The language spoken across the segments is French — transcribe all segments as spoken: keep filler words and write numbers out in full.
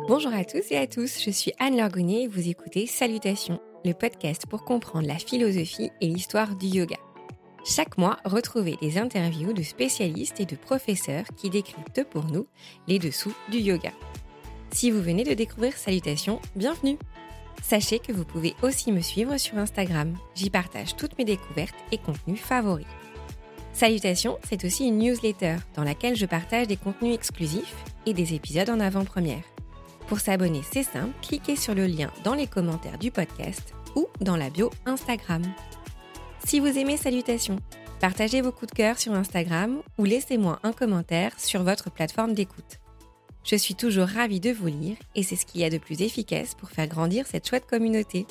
Bonjour à tous et à tous, je suis Anne-Laure Gonnier et vous écoutez Salutations, le podcast pour comprendre la philosophie et l'histoire du yoga. Chaque mois, retrouvez des interviews de spécialistes et de professeurs qui décryptent pour nous les dessous du yoga. Si vous venez de découvrir Salutations, bienvenue! Sachez que vous pouvez aussi me suivre sur Instagram, j'y partage toutes mes découvertes et contenus favoris. Salutations, c'est aussi une newsletter dans laquelle je partage des contenus exclusifs et des épisodes en avant-première. Pour s'abonner, c'est simple, cliquez sur le lien dans les commentaires du podcast ou dans la bio Instagram. Si vous aimez Salutations, partagez vos coups de cœur sur Instagram ou laissez-moi un commentaire sur votre plateforme d'écoute. Je suis toujours ravie de vous lire et c'est ce qu'il y a de plus efficace pour faire grandir cette chouette communauté.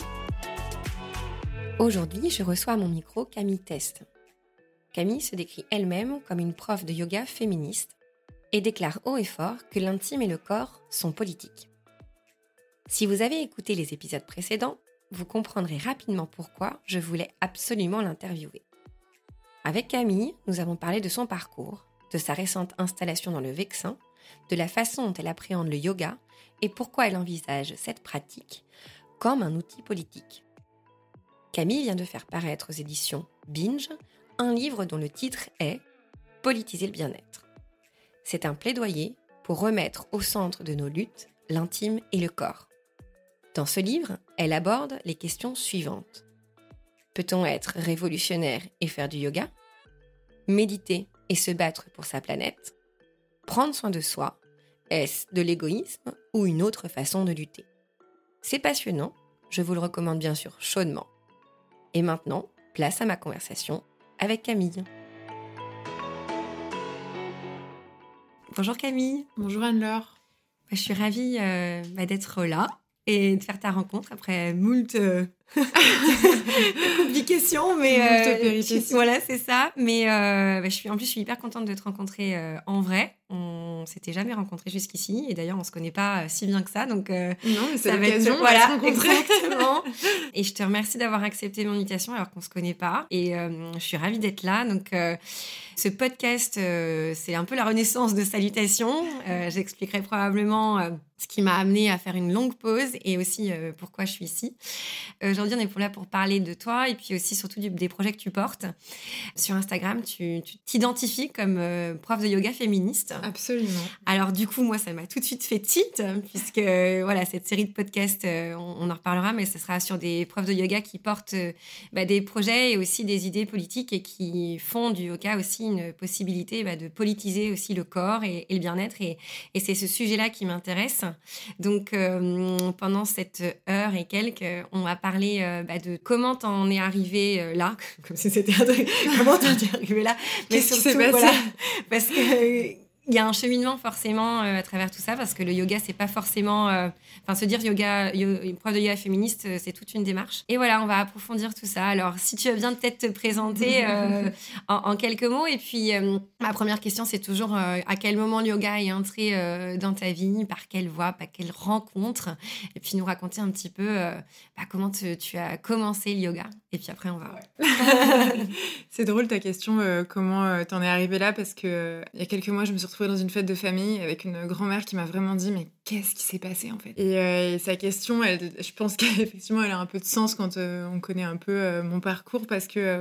Aujourd'hui, je reçois à mon micro Camille Test. Camille se décrit elle-même comme une prof de yoga féministe et déclare haut et fort que l'intime et le corps sont politiques. Si vous avez écouté les épisodes précédents, vous comprendrez rapidement pourquoi je voulais absolument l'interviewer. Avec Camille, nous avons parlé de son parcours, de sa récente installation dans le Vexin, de la façon dont elle appréhende le yoga et pourquoi elle envisage cette pratique comme un outil politique. Camille vient de faire paraître aux éditions Binge un livre dont le titre est « Politiser le bien-être ». C'est un plaidoyer pour remettre au centre de nos luttes l'intime et le corps. Dans ce livre, elle aborde les questions suivantes. Peut-on être révolutionnaire et faire du yoga ? Méditer et se battre pour sa planète ? Prendre soin de soi ? Est-ce de l'égoïsme ou une autre façon de lutter ? C'est passionnant, je vous le recommande bien sûr chaudement. Et maintenant, place à ma conversation avec Camille. Bonjour Camille. Bonjour Anne-Laure. Je suis ravie euh, bah, d'être là et de faire ta rencontre après moult euh, complications. Mais, euh, je, voilà, c'est ça. Mais euh, bah, je suis, en plus, je suis hyper contente de te rencontrer euh, en vrai. On s'était jamais rencontrés jusqu'ici. Et d'ailleurs, on se connaît pas si bien que ça. Donc, euh, non, mais c'est l'occasion de voilà, se rencontrer. Exactement. Et je te remercie d'avoir accepté mon invitation alors qu'on se connaît pas. Et euh, je suis ravie d'être là. Donc, euh, ce podcast, euh, c'est un peu la renaissance de Salutations. Euh, j'expliquerai probablement euh, ce qui m'a amenée à faire une longue pause et aussi euh, pourquoi je suis ici. Euh, aujourd'hui, on est pour là pour parler de toi et puis aussi surtout du, des projets que tu portes. Sur Instagram, tu, tu t'identifies comme euh, prof de yoga féministe. Absolument. Alors du coup, moi, ça m'a tout de suite fait tilt puisque euh, voilà, cette série de podcasts, euh, on, on en reparlera, mais ce sera sur des profs de yoga qui portent euh, bah, des projets et aussi des idées politiques et qui font du yoga aussi une possibilité bah, de politiser aussi le corps et, et le bien-être. Et, et c'est ce sujet-là qui m'intéresse. Donc, euh, pendant cette heure et quelques, on va parler euh, bah, de comment t'en es arrivé euh, là, comme si c'était un truc, comment t'en es arrivé là. Mais Qu'est-ce surtout, qui s'est passé voilà, parce que... Euh, il y a un cheminement forcément euh, à travers tout ça parce que le yoga c'est pas forcément enfin euh, se dire yoga yo, prof de yoga féministe euh, c'est toute une démarche et voilà on va approfondir tout ça. Alors si tu veux bien peut-être te présenter euh, en, en quelques mots et puis euh, ma première question c'est toujours euh, à quel moment le yoga est entré euh, dans ta vie, par quelle voie, par quelle rencontre et puis nous raconter un petit peu euh, bah, comment te, tu as commencé le yoga et puis après on va ouais. C'est drôle ta question euh, comment euh, t'en es arrivée là parce que euh, il y a quelques mois je me suis retrouvée dans une fête de famille avec une grand-mère qui m'a vraiment dit mais qu'est-ce qui s'est passé en fait et, euh, et sa question elle, je pense qu'effectivement elle a un peu de sens quand euh, on connaît un peu euh, mon parcours parce que euh,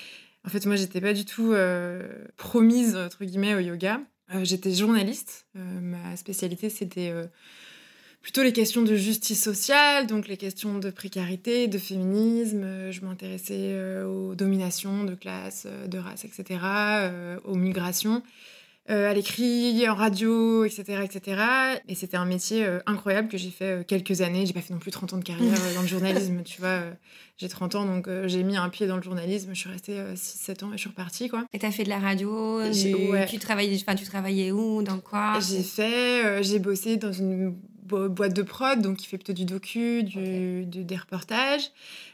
en fait moi j'étais pas du tout euh, promise entre guillemets au yoga. Euh, j'étais journaliste, euh, ma spécialité c'était euh, plutôt les questions de justice sociale, donc les questions de précarité, de féminisme. Je m'intéressais euh, aux dominations de classe, de race, et cetera, euh, aux migrations, euh, à l'écrit, en radio, et cetera, et cetera. Et c'était un métier euh, incroyable que j'ai fait euh, quelques années. J'ai pas fait non plus trente ans de carrière euh, dans le journalisme, tu vois. Euh, j'ai trente ans, donc euh, j'ai mis un pied dans le journalisme. Je suis restée euh, six sept ans et je suis repartie, quoi. Et t'as fait de la radio j'ai, du... ouais. tu, travaillais, enfin, tu travaillais où, dans quoi? J'ai fait, euh, j'ai bossé dans une bo- boîte de prod, donc qui fait plutôt du docu, du, okay. du, des reportages.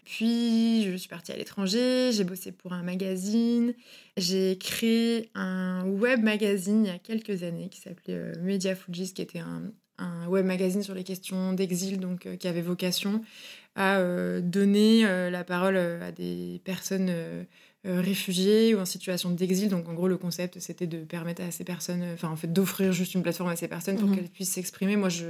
Puis je suis partie à l'étranger, j'ai bossé pour un magazine. J'ai créé un web magazine il y a quelques années qui s'appelait euh, Media Fujis, qui était un, un web magazine sur les questions d'exil, donc euh, qui avait vocation à euh, donner euh, la parole euh, à des personnes euh, euh, réfugiées ou en situation d'exil. Donc en gros le concept c'était de permettre à ces personnes, enfin en fait d'offrir juste une plateforme à ces personnes pour mmh. qu'elles puissent s'exprimer. Moi je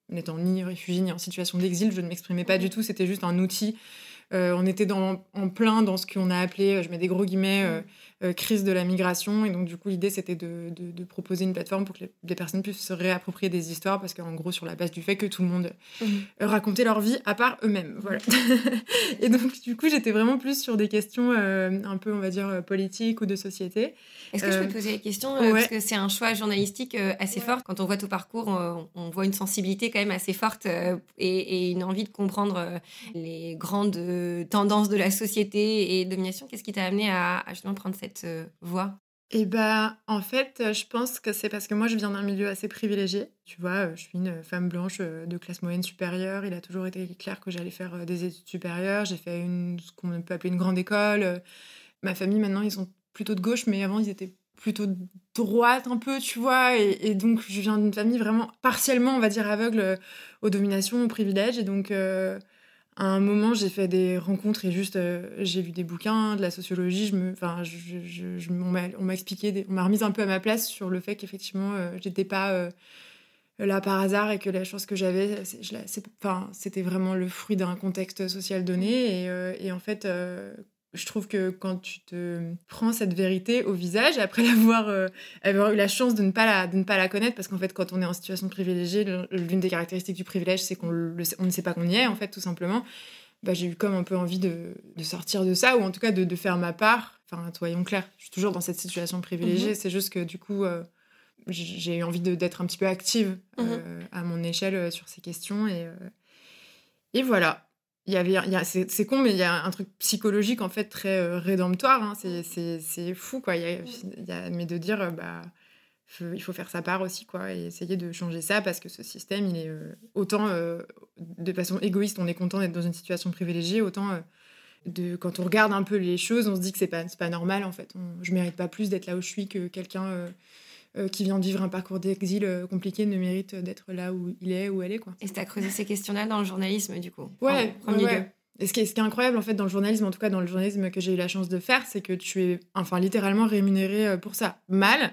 n'étant ni réfugiée ni en situation d'exil, je ne m'exprimais pas du tout, c'était juste un outil. Euh, on était dans, en plein dans ce qu'on a appelé, je mets des gros guillemets, euh, euh, crise de la migration. Et donc, du coup, l'idée, c'était de, de, de proposer une plateforme pour que les, les personnes puissent se réapproprier des histoires, parce qu'en gros, sur la base du fait que tout le monde mmh. euh, racontait leur vie à part eux-mêmes. Voilà. Et donc, du coup, j'étais vraiment plus sur des questions euh, un peu, on va dire, politiques ou de société. Est-ce que euh, je peux te poser la question euh, ouais. Parce que c'est un choix journalistique euh, assez ouais. fort. Quand on voit ton parcours, on, on voit une sensibilité quand même assez forte euh, et, et une envie de comprendre euh, les grandes euh, tendances de la société et domination. Qu'est-ce qui t'a amené à, à justement prendre cette euh, voie ? Eh ben, en fait, je pense que c'est parce que moi, je viens d'un milieu assez privilégié. Tu vois, je suis une femme blanche de classe moyenne supérieure. Il a toujours été clair que j'allais faire des études supérieures. J'ai fait une, ce qu'on peut appeler une grande école. Ma famille, maintenant, ils sont plutôt de gauche, mais avant, ils étaient plutôt de droite un peu, tu vois. Et, et donc, je viens d'une famille vraiment partiellement, on va dire, aveugle aux dominations, aux privilèges. Et donc... Euh, à un moment, j'ai fait des rencontres et juste, euh, j'ai lu des bouquins, de la sociologie. Je me, enfin, je, je, je, on, m'a, on m'a expliqué, des, on m'a remise un peu à ma place sur le fait qu'effectivement, euh, j'étais pas euh, là par hasard et que la chance que j'avais, c'est, je, c'est, enfin, c'était vraiment le fruit d'un contexte social donné. Et, euh, et en fait, euh, je trouve que quand tu te prends cette vérité au visage, après l'avoir euh, avoir eu la chance de ne, pas la, de ne pas la connaître, parce qu'en fait, quand on est en situation privilégiée, l'une des caractéristiques du privilège, c'est qu'on le, on ne sait pas qu'on y est, en fait, tout simplement. Bah, j'ai eu comme un peu envie de, de sortir de ça, ou en tout cas de, de faire ma part. Enfin, soyons clairs, je suis toujours dans cette situation privilégiée, mmh. c'est juste que du coup, euh, j'ai eu envie de, d'être un petit peu active mmh. euh, à mon échelle euh, sur ces questions. Et, euh, et voilà. Il y avait, il y a, c'est, c'est con, mais il y a un truc psychologique, en fait, très euh, rédemptoire. Hein. C'est, c'est, c'est fou, quoi. Il y a, il y a, mais de dire, euh, bah, faut, il faut faire sa part aussi, quoi, et essayer de changer ça, parce que ce système, il est euh, autant, euh, de façon égoïste, on est content d'être dans une situation privilégiée, autant, euh, de, quand on regarde un peu les choses, on se dit que c'est pas, c'est pas normal, en fait. On, je mérite pas plus d'être là où je suis que quelqu'un... Euh, Euh, qui vient de vivre un parcours d'exil euh, compliqué ne mérite d'être là où il est, où elle est, quoi. Et t'as creusé ces questions-là dans le journalisme, du coup ? Ouais, enfin, ouais, ouais. Et ce qui, est, ce qui est incroyable, en fait, dans le journalisme, en tout cas dans le journalisme que j'ai eu la chance de faire, c'est que tu es, enfin, littéralement rémunéré pour ça. Mal,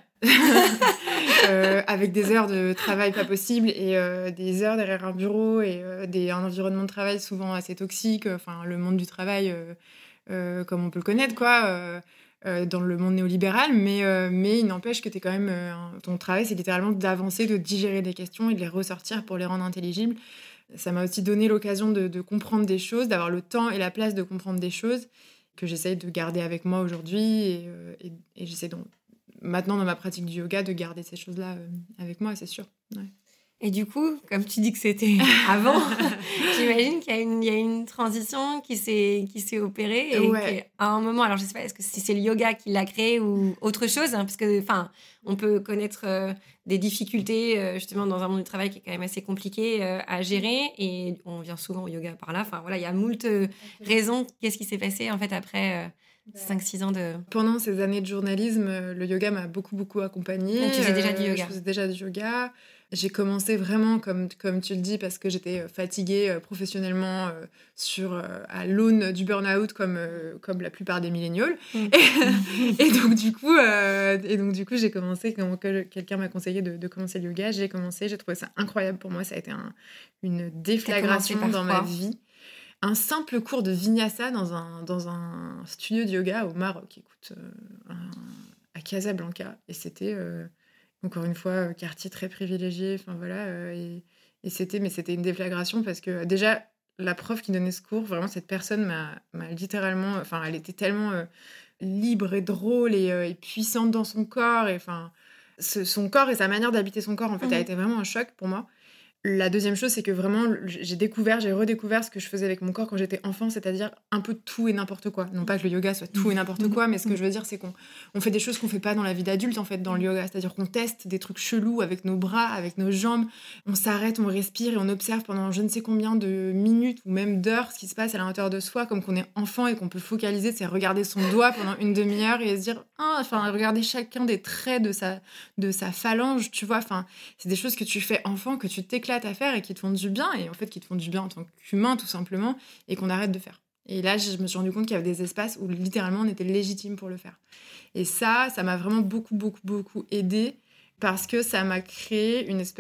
euh, avec des heures de travail pas possibles et euh, des heures derrière un bureau et euh, des, un environnement de travail souvent assez toxique. Enfin, le monde du travail, euh, euh, comme on peut le connaître, quoi. Euh, Euh, dans le monde néolibéral, mais, euh, mais il n'empêche que t'es quand même, euh, ton travail, c'est littéralement d'avancer, de digérer des questions et de les ressortir pour les rendre intelligibles. Ça m'a aussi donné l'occasion de, de comprendre des choses, d'avoir le temps et la place de comprendre des choses que j'essaye de garder avec moi aujourd'hui. Et, euh, et, et j'essaie donc, maintenant, dans ma pratique du yoga, de garder ces choses-là euh, avec moi, c'est sûr. Ouais. Et du coup, comme tu dis que c'était avant, j'imagine qu'il y a une, il y a une transition qui s'est, qui s'est opérée. Et ouais. à un moment, alors je ne sais pas, est-ce que si c'est le yoga qui l'a créé ou autre chose, hein, parce que, enfin, on peut connaître euh, des difficultés euh, justement dans un monde du travail qui est quand même assez compliqué euh, à gérer. Et on vient souvent au yoga par là. Enfin voilà, il y a moult euh, raisons. Qu'est-ce qui s'est passé en fait après euh, cinq six ans de... Pendant ces années de journalisme, le yoga m'a beaucoup, beaucoup accompagnée. Donc tu faisais déjà du yoga. Euh, je faisais déjà du yoga. J'ai commencé vraiment, comme, comme tu le dis, parce que j'étais fatiguée euh, professionnellement euh, sur, euh, à l'aune du burn-out, comme, euh, comme la plupart des millénials. Mmh. Et, et, donc, du coup, euh, et donc, du coup, j'ai commencé, quand quelqu'un m'a conseillé de, de commencer le yoga, j'ai commencé, j'ai trouvé ça incroyable pour moi. Ça a été un, une déflagration dans ma vie. Un simple cours de vinyasa dans un, dans un studio de yoga au Maroc, écoute, euh, un, à Casablanca. Et c'était... Euh, encore une fois, quartier très privilégié, enfin voilà, euh, et, et c'était, mais c'était une déflagration parce que déjà, la prof qui donnait ce cours, vraiment, cette personne m'a, m'a littéralement, enfin, elle était tellement euh, libre et drôle et, euh, et puissante dans son corps, et enfin, ce, son corps et sa manière d'habiter son corps, en fait, mmh. a été vraiment un choc pour moi. La deuxième chose, c'est que vraiment, j'ai découvert, j'ai redécouvert ce que je faisais avec mon corps quand j'étais enfant, c'est-à-dire un peu tout et n'importe quoi. Non pas que le yoga soit tout et n'importe quoi, mais ce que je veux dire, c'est qu'on on fait des choses qu'on fait pas dans la vie d'adulte, en fait, dans le yoga. C'est-à-dire qu'on teste des trucs chelous avec nos bras, avec nos jambes. On s'arrête, on respire et on observe pendant je ne sais combien de minutes ou même d'heures ce qui se passe à l'intérieur de soi, comme qu'on est enfant et qu'on peut focaliser, c'est regarder son doigt pendant une demi-heure et se dire, ah, enfin, regarder chacun des traits de sa, de sa phalange, tu vois. Enfin, c'est des choses que tu fais enfant, que tu t'éclates à faire et qui te font du bien, et en fait qui te font du bien en tant qu'humain tout simplement, et qu'on arrête de faire. Et là, je me suis rendu compte qu'il y avait des espaces où littéralement on était légitime pour le faire. Et ça, ça m'a vraiment beaucoup, beaucoup, beaucoup aidée, parce que ça m'a créé une espèce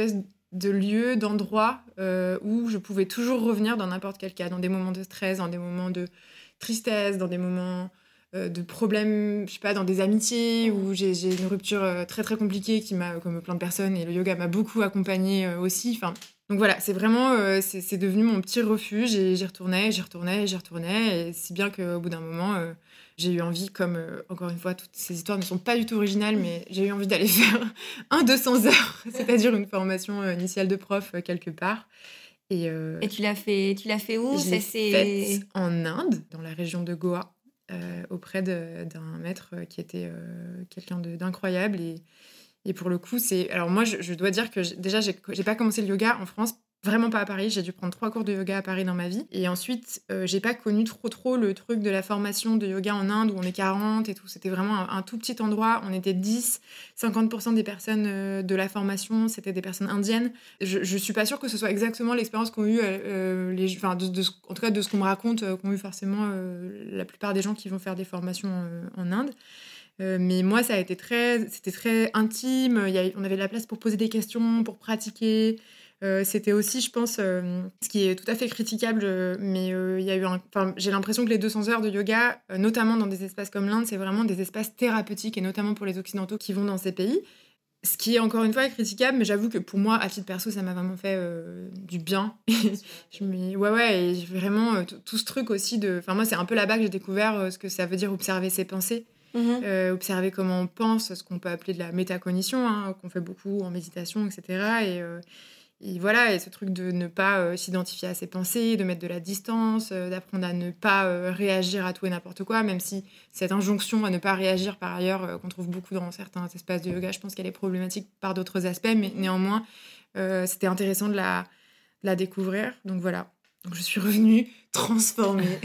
de lieux, d'endroits euh, où je pouvais toujours revenir dans n'importe quel cas, dans des moments de stress, dans des moments de tristesse, dans des moments euh, de problèmes, je sais pas, dans des amitiés où j'ai, j'ai une rupture euh, très très compliquée qui m'a, comme plein de personnes, et le yoga m'a beaucoup accompagnée euh, aussi. Enfin, donc voilà, c'est vraiment, euh, c'est, c'est devenu mon petit refuge et j'y retournais, j'y retournais, j'y retournais, et si bien qu'au bout d'un moment, euh, j'ai eu envie, comme euh, encore une fois, toutes ces histoires ne sont pas du tout originales, mais j'ai eu envie d'aller faire un deux cents heures, c'est-à-dire une formation euh, initiale de prof euh, quelque part. Et, euh, Et tu l'as fait, tu l'as fait où? je l'ai Ça, c'est... faite en Inde, dans la région de Goa, euh, auprès de, d'un maître qui était euh, quelqu'un de, d'incroyable. Et, et pour le coup, c'est... Alors moi, je, je dois dire que j'ai, déjà, j'ai, j'ai pas commencé le yoga en France, vraiment pas à Paris. J'ai dû prendre trois cours de yoga à Paris dans ma vie. Et ensuite, euh, j'ai pas connu trop trop le truc de la formation de yoga en Inde où on est quarante et tout. C'était vraiment un, un tout petit endroit. On était dix, cinquante pour cent des personnes euh, de la formation, c'était des personnes indiennes. Je, je suis pas sûre que ce soit exactement l'expérience qu'ont eu euh, les, enfin, de, de, en tout cas de ce qu'on me raconte, euh, qu'ont eu forcément euh, la plupart des gens qui vont faire des formations euh, en Inde. Euh, mais moi, ça a été très, c'était très intime. Il y a, on avait de la place pour poser des questions, pour pratiquer. Euh, c'était aussi, je pense, euh, ce qui est tout à fait critiquable, euh, mais euh, il y a eu un, enfin, j'ai l'impression que les deux cents heures de yoga, euh, notamment dans des espaces comme l'Inde, c'est vraiment des espaces thérapeutiques, et notamment pour les Occidentaux qui vont dans ces pays. Ce qui est encore une fois critiquable, mais j'avoue que pour moi, à titre perso, ça m'a vraiment fait euh, du bien. je me... Ouais, ouais, et vraiment, euh, t- tout ce truc aussi de... Enfin, moi, c'est un peu là-bas que j'ai découvert euh, ce que ça veut dire observer ses pensées. Mhm. Euh, observer comment on pense, ce qu'on peut appeler de la métacognition, hein, qu'on fait beaucoup en méditation, et cetera. Et, euh, et voilà, et ce truc de ne pas euh, s'identifier à ses pensées, de mettre de la distance, euh, d'apprendre à ne pas euh, réagir à tout et n'importe quoi, même si cette injonction à ne pas réagir par ailleurs, euh, qu'on trouve beaucoup dans certains espaces de yoga, je pense qu'elle est problématique par d'autres aspects, mais néanmoins, euh, c'était intéressant de la, de la découvrir. Donc voilà, donc je suis revenue transformée.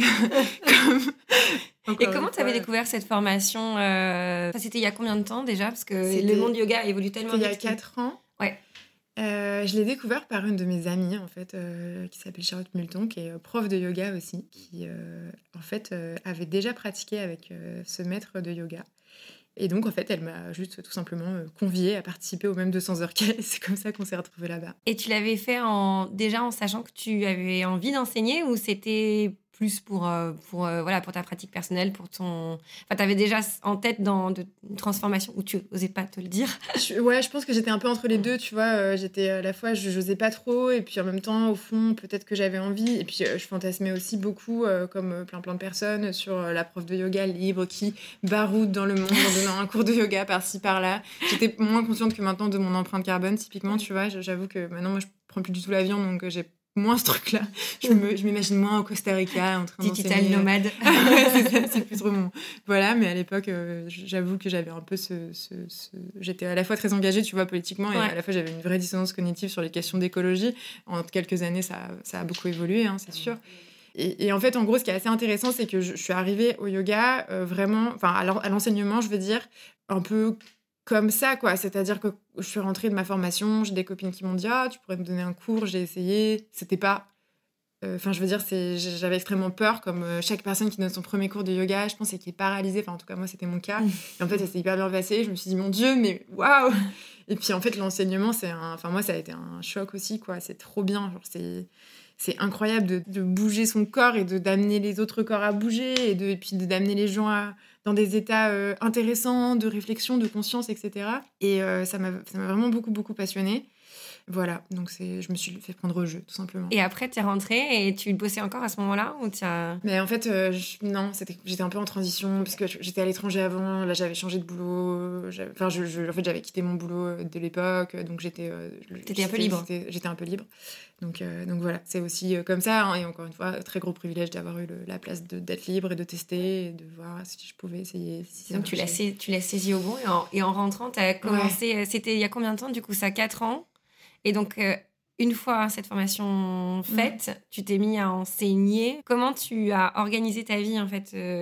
Comme... Et comment tu avais découvert cette formation euh... enfin, c'était il y a combien de temps déjà? Parce que C'était... le monde yoga évolue tellement vite. C'était il y a quatre ans. Ouais. Euh, je l'ai découvert par une de mes amies, en fait, euh, qui s'appelle Charlotte Multon, qui est euh, prof de yoga aussi, qui, euh, en fait, euh, avait déjà pratiqué avec euh, ce maître de yoga. Et donc, en fait, elle m'a juste tout simplement euh, conviée à participer aux mêmes deux cents heures qu'elle. C'est comme ça qu'on s'est retrouvés là-bas. Et tu l'avais fait en... déjà en sachant que tu avais envie d'enseigner, ou c'était plus pour, euh, pour, euh, voilà, pour ta pratique personnelle, pour ton... Enfin, tu avais déjà en tête dans de, une transformation, ou tu osais pas te le dire? je, Ouais, je pense que j'étais un peu entre les deux, tu vois. Euh, j'étais à la fois, je n'osais pas trop, et puis en même temps, au fond, peut-être que j'avais envie. Et puis, euh, je fantasmais aussi beaucoup, euh, comme plein plein de personnes, sur euh, la prof de yoga libre qui baroude dans le monde en donnant un cours de yoga par-ci, par-là. J'étais moins consciente que maintenant de mon empreinte carbone, typiquement, tu vois. J'avoue que maintenant, moi, je prends plus du tout l'avion, donc euh, j'ai moins ce truc-là. Je, me, je m'imagine moins au Costa Rica en train Digital d'enseigner. nomade. Ouais, c'est, ça, c'est plus trop mon... Voilà, mais à l'époque, euh, j'avoue que j'avais un peu ce, ce, ce... J'étais à la fois très engagée, tu vois, politiquement, ouais. Et à la fois, j'avais une vraie dissonance cognitive sur les questions d'écologie. En quelques années, ça, ça a beaucoup évolué, hein, c'est sûr. Et, et en fait, en gros, ce qui est assez intéressant, c'est que je, je suis arrivée au yoga euh, vraiment... Enfin, à, à l'enseignement, je veux dire, un peu... comme ça, quoi. C'est-à-dire que je suis rentrée de ma formation, j'ai des copines qui m'ont dit « Ah, tu pourrais me donner un cours », j'ai essayé. C'était pas... Enfin, euh, je veux dire, c'est... j'avais extrêmement peur, comme euh, chaque personne qui donne son premier cours de yoga, je pense, et qui est paralysée. Enfin, en tout cas, moi, c'était mon cas. Et en fait, ça s'est hyper bien passé. Je me suis dit « Mon Dieu, mais waouh !» Et puis, en fait, l'enseignement, c'est un... Enfin, moi, ça a été un choc aussi, quoi. C'est trop bien. Genre, c'est... C'est incroyable de, de bouger son corps et de, d'amener les autres corps à bouger et, de, et puis de, d'amener les gens à, dans des états euh, intéressants de réflexion, de conscience, et cetera. Et euh, ça, m'a, ça m'a vraiment beaucoup, beaucoup passionnée. Voilà, donc c'est, je me suis fait prendre au jeu, tout simplement. Et après, t'es rentrée et tu bossais encore à ce moment-là ou t'as... Mais en fait, euh, je, non, c'était, j'étais un peu en transition parce que j'étais à l'étranger avant. Là, j'avais changé de boulot. Enfin, je, je, en fait, j'avais quitté mon boulot de l'époque, donc j'étais. Euh, T'étais un peu libre. J'étais un peu libre. Donc, euh, donc voilà, c'est aussi euh, comme ça. Hein, et encore une fois, très gros privilège d'avoir eu le, la place de, d'être libre et de tester et de voir si je pouvais essayer. Si donc tu l'as, sais, tu l'as saisi au bon et en, et en rentrant, t'as commencé. Ouais. C'était il y a combien de temps? Du coup, ça a quatre ans. Et donc, euh, une fois cette formation faite, mmh. tu t'es mis à enseigner. Comment tu as organisé ta vie, en fait, euh,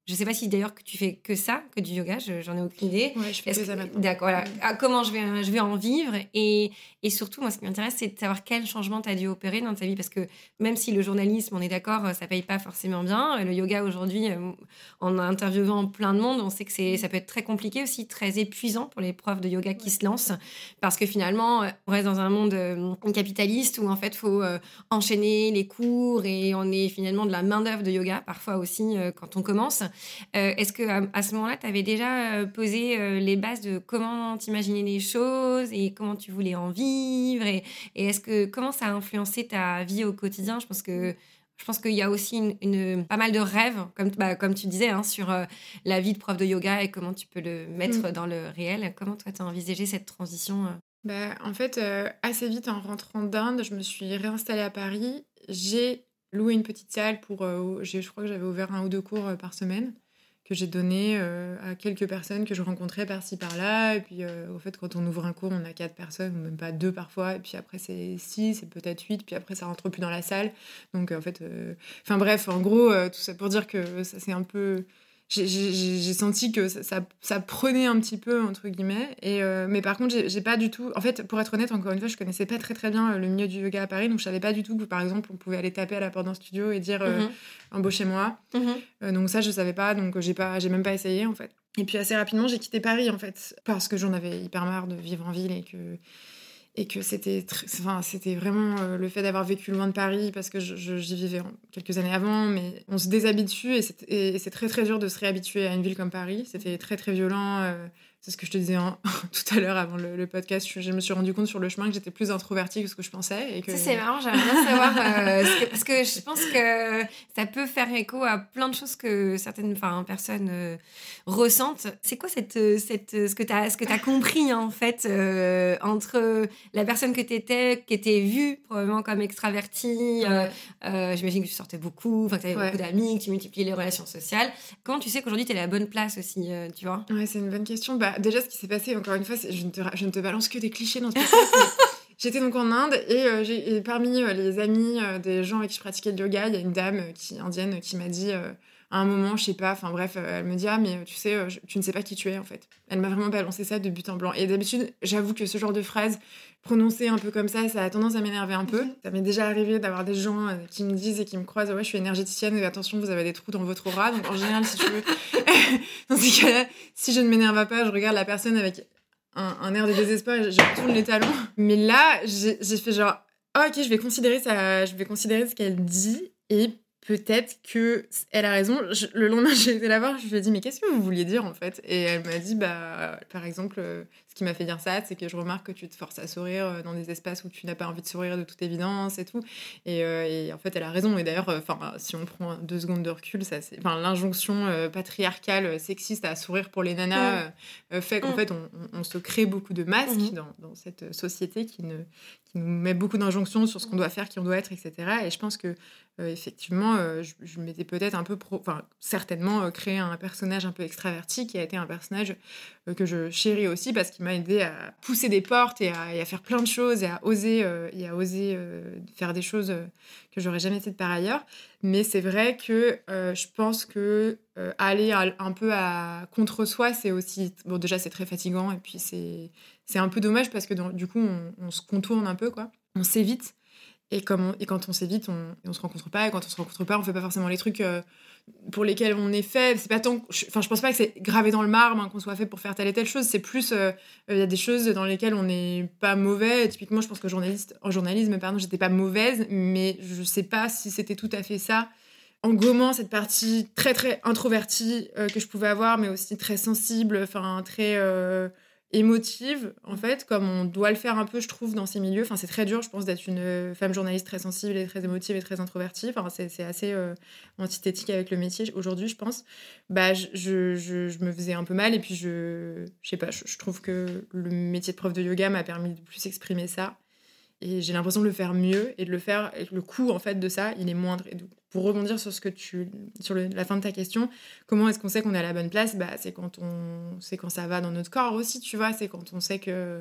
Je sais pas si d'ailleurs que tu fais que ça, que du yoga, je, j'en ai aucune idée. Ouais, je fais Est-ce que ça que- maintenant. D'accord, voilà. Mm. Ah, comment je vais, je vais en vivre et, et surtout, moi, ce qui m'intéresse, c'est de savoir quel changement tu as dû opérer dans ta vie. Parce que même si le journalisme, on est d'accord, ça paye pas forcément bien, le yoga aujourd'hui, euh, en interviewant plein de monde, on sait que c'est, ça peut être très compliqué aussi, très épuisant pour les profs de yoga qui Ouais. se lancent. Parce que finalement, on reste dans un monde euh, capitaliste où en fait, il faut euh, enchaîner les cours et on est finalement de la main-d'œuvre de yoga, parfois aussi, euh, quand on commence. Euh, est-ce que à, à ce moment-là, tu avais déjà euh, posé euh, les bases de comment t'imaginais les choses et comment tu voulais en vivre et, et est-ce que comment ça a influencé ta vie au quotidien? Je pense que je pense qu'il y a aussi une, une- pas mal de rêves, comme, bah, comme tu disais, hein, sur euh, la vie de prof de yoga et comment tu peux le mettre Mm. dans le réel. Comment toi, tu as envisagé cette transition? euh Bah, en fait, euh, assez vite en rentrant d'Inde, je me suis réinstallée à Paris. J'ai loué une petite salle pour. Euh, j'ai- je crois que j'avais ouvert un ou deux cours euh, par semaine que j'ai donné euh, à quelques personnes que je rencontrais par-ci par-là. Et puis, euh, au fait, quand on ouvre un cours, on a quatre personnes, ou même pas deux parfois. Et puis après, c'est six, c'est peut-être huit. Puis après, ça rentre plus dans la salle. Donc, euh, en fait. euh, Enfin, bref, en gros, euh, tout ça pour dire que ça, c'est un peu. J'ai, j'ai- j'ai senti que ça, ça, ça prenait un petit peu, entre guillemets. Et, euh, mais par contre, j'ai, j'ai pas du tout. En fait, pour être honnête, encore une fois, je connaissais pas très très bien euh, le milieu du yoga à Paris. Donc, je savais pas du tout que, par exemple, on pouvait aller taper à la porte d'un studio et dire euh, Mhm. embauchez-moi. Mhm. Euh, donc, ça, je savais pas. Donc, j'ai, pas, j'ai même pas essayé, en fait. Et puis, assez rapidement, j'ai quitté Paris, en fait. Parce que j'en avais hyper marre de vivre en ville et que et que c'était tr- enfin, c'était vraiment euh, le fait d'avoir vécu loin de Paris parce que je- je- j'y vivais en- quelques années avant, mais on se déshabitue et c'est, et c'est très très dur de se réhabituer à une ville comme Paris. C'était très très violent. euh, c'est ce que je te disais en- tout à l'heure avant le, le podcast. Je, je me suis rendu compte sur le chemin que j'étais plus introvertie que ce que je pensais et que Ça, c'est marrant, j'aimerais bien savoir. euh, ce que- parce que je pense que ça peut faire écho à plein de choses que certaines enfin, personnes euh, ressentent. C'est quoi cette, euh, cette, euh, ce que tu as ce que t'as compris, en fait, euh, entre la personne que tu étais, qui était vue probablement comme extravertie, euh, ouais, euh, j'imagine que tu sortais beaucoup, enfin, que tu avais ouais. beaucoup d'amis, que tu multipliais les relations sociales. Comment tu sais qu'aujourd'hui, tu es à la bonne place aussi, euh, tu vois? Ouais, c'est une bonne question. Bah, déjà, ce qui s'est passé, encore une fois, c'est- je ne, te, ra- je ne te balance que des clichés dans ce podcast, mais j'étais donc en Inde et, euh, j'ai, et parmi euh, les amis euh, des gens avec qui je pratiquais le yoga, il y a une dame euh, qui, indienne qui m'a dit euh, à un moment, je sais pas, enfin bref, euh, elle me dit ah mais euh, tu sais, euh, je- tu ne sais pas qui tu es en fait. Elle m'a vraiment balancé ça de but en blanc. Et d'habitude, j'avoue que ce genre de phrase prononcée un peu comme ça, ça a tendance à m'énerver un peu. Mhm. Ça m'est déjà arrivé d'avoir des gens euh, qui me disent et qui me croisent, ouais, je suis énergéticienne, mais attention, vous avez des trous dans votre aura. Donc en général, si tu veux, dans ces cas-là, si je ne m'énerve pas, je regarde la personne avec un, un air de désespoir et je, je tourne les talons. Mais là, j'ai, j'ai fait genre, ah, ok, je vais considérer ça, je vais considérer ce qu'elle dit et peut-être que elle a raison. Je- le lendemain, j'ai été la voir, je lui ai dit, mais qu'est-ce que vous vouliez dire en fait? Et elle m'a dit, bah, par exemple, euh, ce qui m'a fait dire ça, c'est que je remarque que tu te forces à sourire euh, dans des espaces où tu n'as pas envie de sourire de toute évidence et tout. Et, euh, et en fait, elle a raison. Et d'ailleurs, enfin, euh, si on prend deux secondes de recul, ça, c'est, enfin, l'injonction euh, patriarcale, euh, sexiste à sourire pour les nanas euh, euh, fait qu'en Mm. fait, on, on- on se crée beaucoup de masques Mhm. dans, dans cette société qui, ne, qui nous met beaucoup d'injonctions sur ce qu'on doit faire, qui on doit être, et cetera. Et je pense que euh, effectivement, euh, je, je m'étais peut-être un peu, pro- enfin, certainement euh, créé un personnage un peu extraverti qui a été un personnage euh, que je chéris aussi parce qu'il m'a aidé à pousser des portes et à, et à faire plein de choses et à oser, euh, et à oser euh, faire des choses euh, que j'aurais jamais faites par ailleurs. Mais c'est vrai que euh, je pense que euh, aller à- un peu à contre soi, c'est aussi bon. Déjà, c'est très fatigant et puis c'est c'est un peu dommage parce que dans- du coup, on, on se contourne un peu quoi. On s'évite et comme on- et quand on s'évite, on on se rencontre pas et quand on se rencontre pas, on fait pas forcément les trucs euh, pour lesquels on est fait. C'est pas tant, que- je- enfin, je pense pas que c'est gravé dans le marbre hein, qu'on soit fait pour faire telle et telle chose. C'est plus, euh, il y a des choses dans lesquelles on n'est pas mauvais. Typiquement, je pense que journaliste, en journalisme, pardon, j'étais pas mauvaise, mais je sais pas si c'était tout à fait ça. En gommant cette partie très très introvertie euh, que je pouvais avoir, mais aussi très sensible, enfin très euh, émotive, en fait, comme on doit le faire un peu, je trouve, dans ces milieux. Enfin, c'est très dur, je pense, d'être une femme journaliste très sensible et très émotive et très introvertie. Enfin, c'est, c'est assez euh, antithétique avec le métier aujourd'hui, je pense. Bah, je, je, je, je me faisais un peu mal et puis je, je sais pas, je, je trouve que le métier de prof de yoga m'a permis de plus exprimer ça. Et j'ai l'impression de le faire mieux et de le faire. Et le coût en fait de ça, il est moindre. Et donc, pour rebondir sur ce que tu, sur le- la fin de ta question, comment est-ce qu'on sait qu'on est à la bonne place? Bah, c'est quand on, c'est quand ça va dans notre corps aussi, tu vois. C'est quand on sait que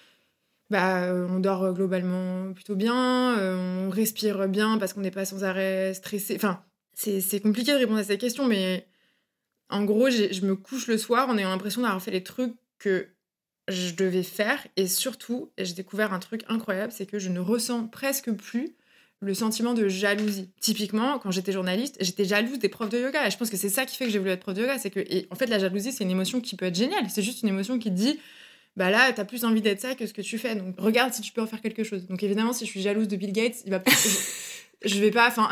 bah, euh, on dort globalement plutôt bien, euh, on respire bien parce qu'on n'est pas sans arrêt stressé. Enfin, c'est, c'est compliqué de répondre à cette question, mais En gros, j'ai, je me couche le soir en ayant l'impression d'avoir fait les trucs que je devais faire. Et surtout, j'ai découvert un truc incroyable, c'est que je ne ressens presque plus le sentiment de jalousie. Typiquement, quand j'étais journaliste, j'étais jalouse des profs de yoga. Et je pense que c'est ça qui fait que j'ai voulu être prof de yoga. C'est que, et en fait, la jalousie, c'est une émotion qui peut être géniale. C'est juste une émotion qui te dit, bah là, t'as plus envie d'être ça que ce que tu fais. Donc, regarde si tu peux en faire quelque chose. Donc, évidemment, si je suis jalouse de Bill Gates, il va pas... je, je vais pas... Enfin...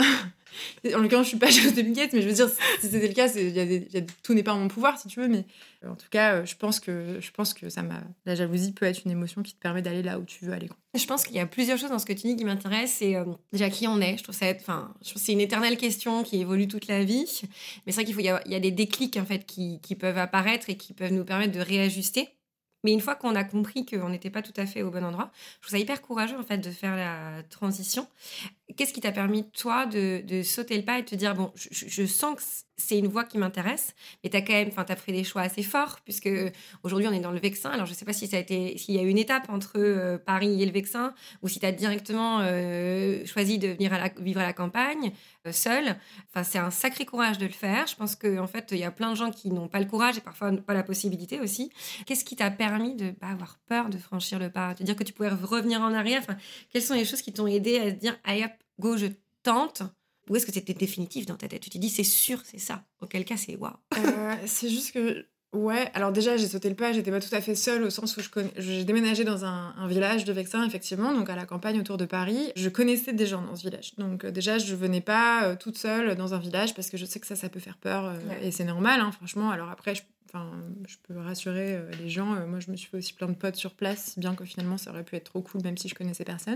En l'occurrence, je suis pas jalouse de Bill Gates, mais je veux dire, si c'était le cas, c'est, y a des, y a, tout n'est pas en mon pouvoir, si tu veux. Mais en tout cas, je pense que, je pense que ça m'a... la jalousie peut être une émotion qui te permet d'aller là où tu veux aller, quoi. Je pense qu'il y a plusieurs choses dans ce que tu dis qui m'intéressent. C'est euh, déjà qui on est. Je trouve ça être, enfin, je trouve que c'est une éternelle question qui évolue toute la vie. Mais c'est vrai qu'il faut, il y a, il y a des déclics en fait qui, qui peuvent apparaître et qui peuvent nous permettre de réajuster. Mais une fois qu'on a compris qu'on n'était pas tout à fait au bon endroit, je trouve ça hyper courageux en fait de faire la transition. Qu'est-ce qui t'a permis, toi, de, de sauter le pas et de te dire, bon, je, je sens que c'est une voie qui m'intéresse, mais t'as quand même, enfin, t'as pris des choix assez forts, puisque aujourd'hui, on est dans le Vexin. Alors, je sais pas si ça a été, s'il y a eu une étape entre euh, Paris et le Vexin, ou si t'as directement euh, choisi de venir à la, vivre à la campagne, euh, seule. Enfin, c'est un sacré courage de le faire. Je pense qu'en fait, il y a plein de gens qui n'ont pas le courage et parfois pas la possibilité aussi. Qu'est-ce qui t'a permis de pas avoir peur de franchir le pas, de dire que tu pouvais revenir en arrière? Enfin, quelles sont les choses qui t'ont aidé à se dire, allez hop, go, je tente? Ou est-ce que c'était définitif dans ta tête? Tu t'es dit, c'est sûr, c'est ça. Auquel cas, c'est waouh. Euh, c'est juste que, ouais, alors déjà, j'ai sauté le pas, j'étais pas tout à fait seule au sens où je connais... j'ai déménagé dans un, un village de Vexin, effectivement, donc à la campagne autour de Paris. Je connaissais des gens dans ce village. Donc euh, déjà, je venais pas euh, toute seule dans un village parce que je sais que ça, ça peut faire peur. Euh, ouais. Et c'est normal, hein, franchement. Alors après, je, je peux rassurer euh, les gens. Euh, moi, je me suis fait aussi plein de potes sur place, bien que finalement, ça aurait pu être trop cool, même si je connaissais personne.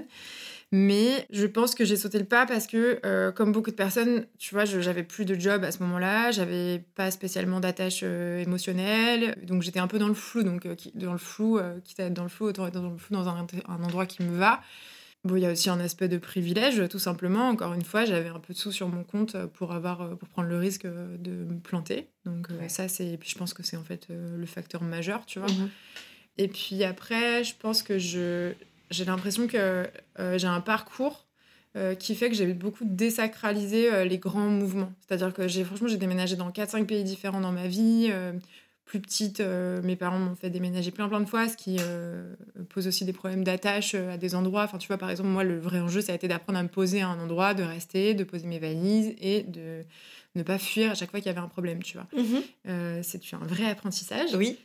Mais je pense que j'ai sauté le pas parce que, euh, comme beaucoup de personnes, tu vois, je, j'avais plus de job à ce moment-là, j'avais pas spécialement d'attache euh, émotionnelle, donc j'étais un peu dans le flou, donc euh, qui, dans le flou, euh, quitte à être dans le flou, autant être dans le flou dans un, un endroit qui me va. Bon, il y a aussi un aspect de privilège, tout simplement. Encore une fois, j'avais un peu de sous sur mon compte pour avoir, pour prendre le risque de me planter. Donc euh, ouais. ça, c'est, et puis je pense que c'est en fait euh, le facteur majeur, tu vois. Mm-hmm. Et puis après, je pense que je j'ai l'impression que euh, j'ai un parcours euh, qui fait que j'ai beaucoup désacralisé euh, les grands mouvements. C'est-à-dire que j'ai, franchement, j'ai déménagé dans quatre cinq pays différents dans ma vie. Euh, plus petite, euh, mes parents m'ont fait déménager plein plein de fois, ce qui euh, pose aussi des problèmes d'attache euh, à des endroits. Enfin, tu vois, par exemple, moi, le vrai enjeu, ça a été d'apprendre à me poser à un endroit, de rester, de poser mes valises et de ne pas fuir à chaque fois qu'il y avait un problème, tu vois. Mm-hmm. Euh, c'est un vrai apprentissage. Oui.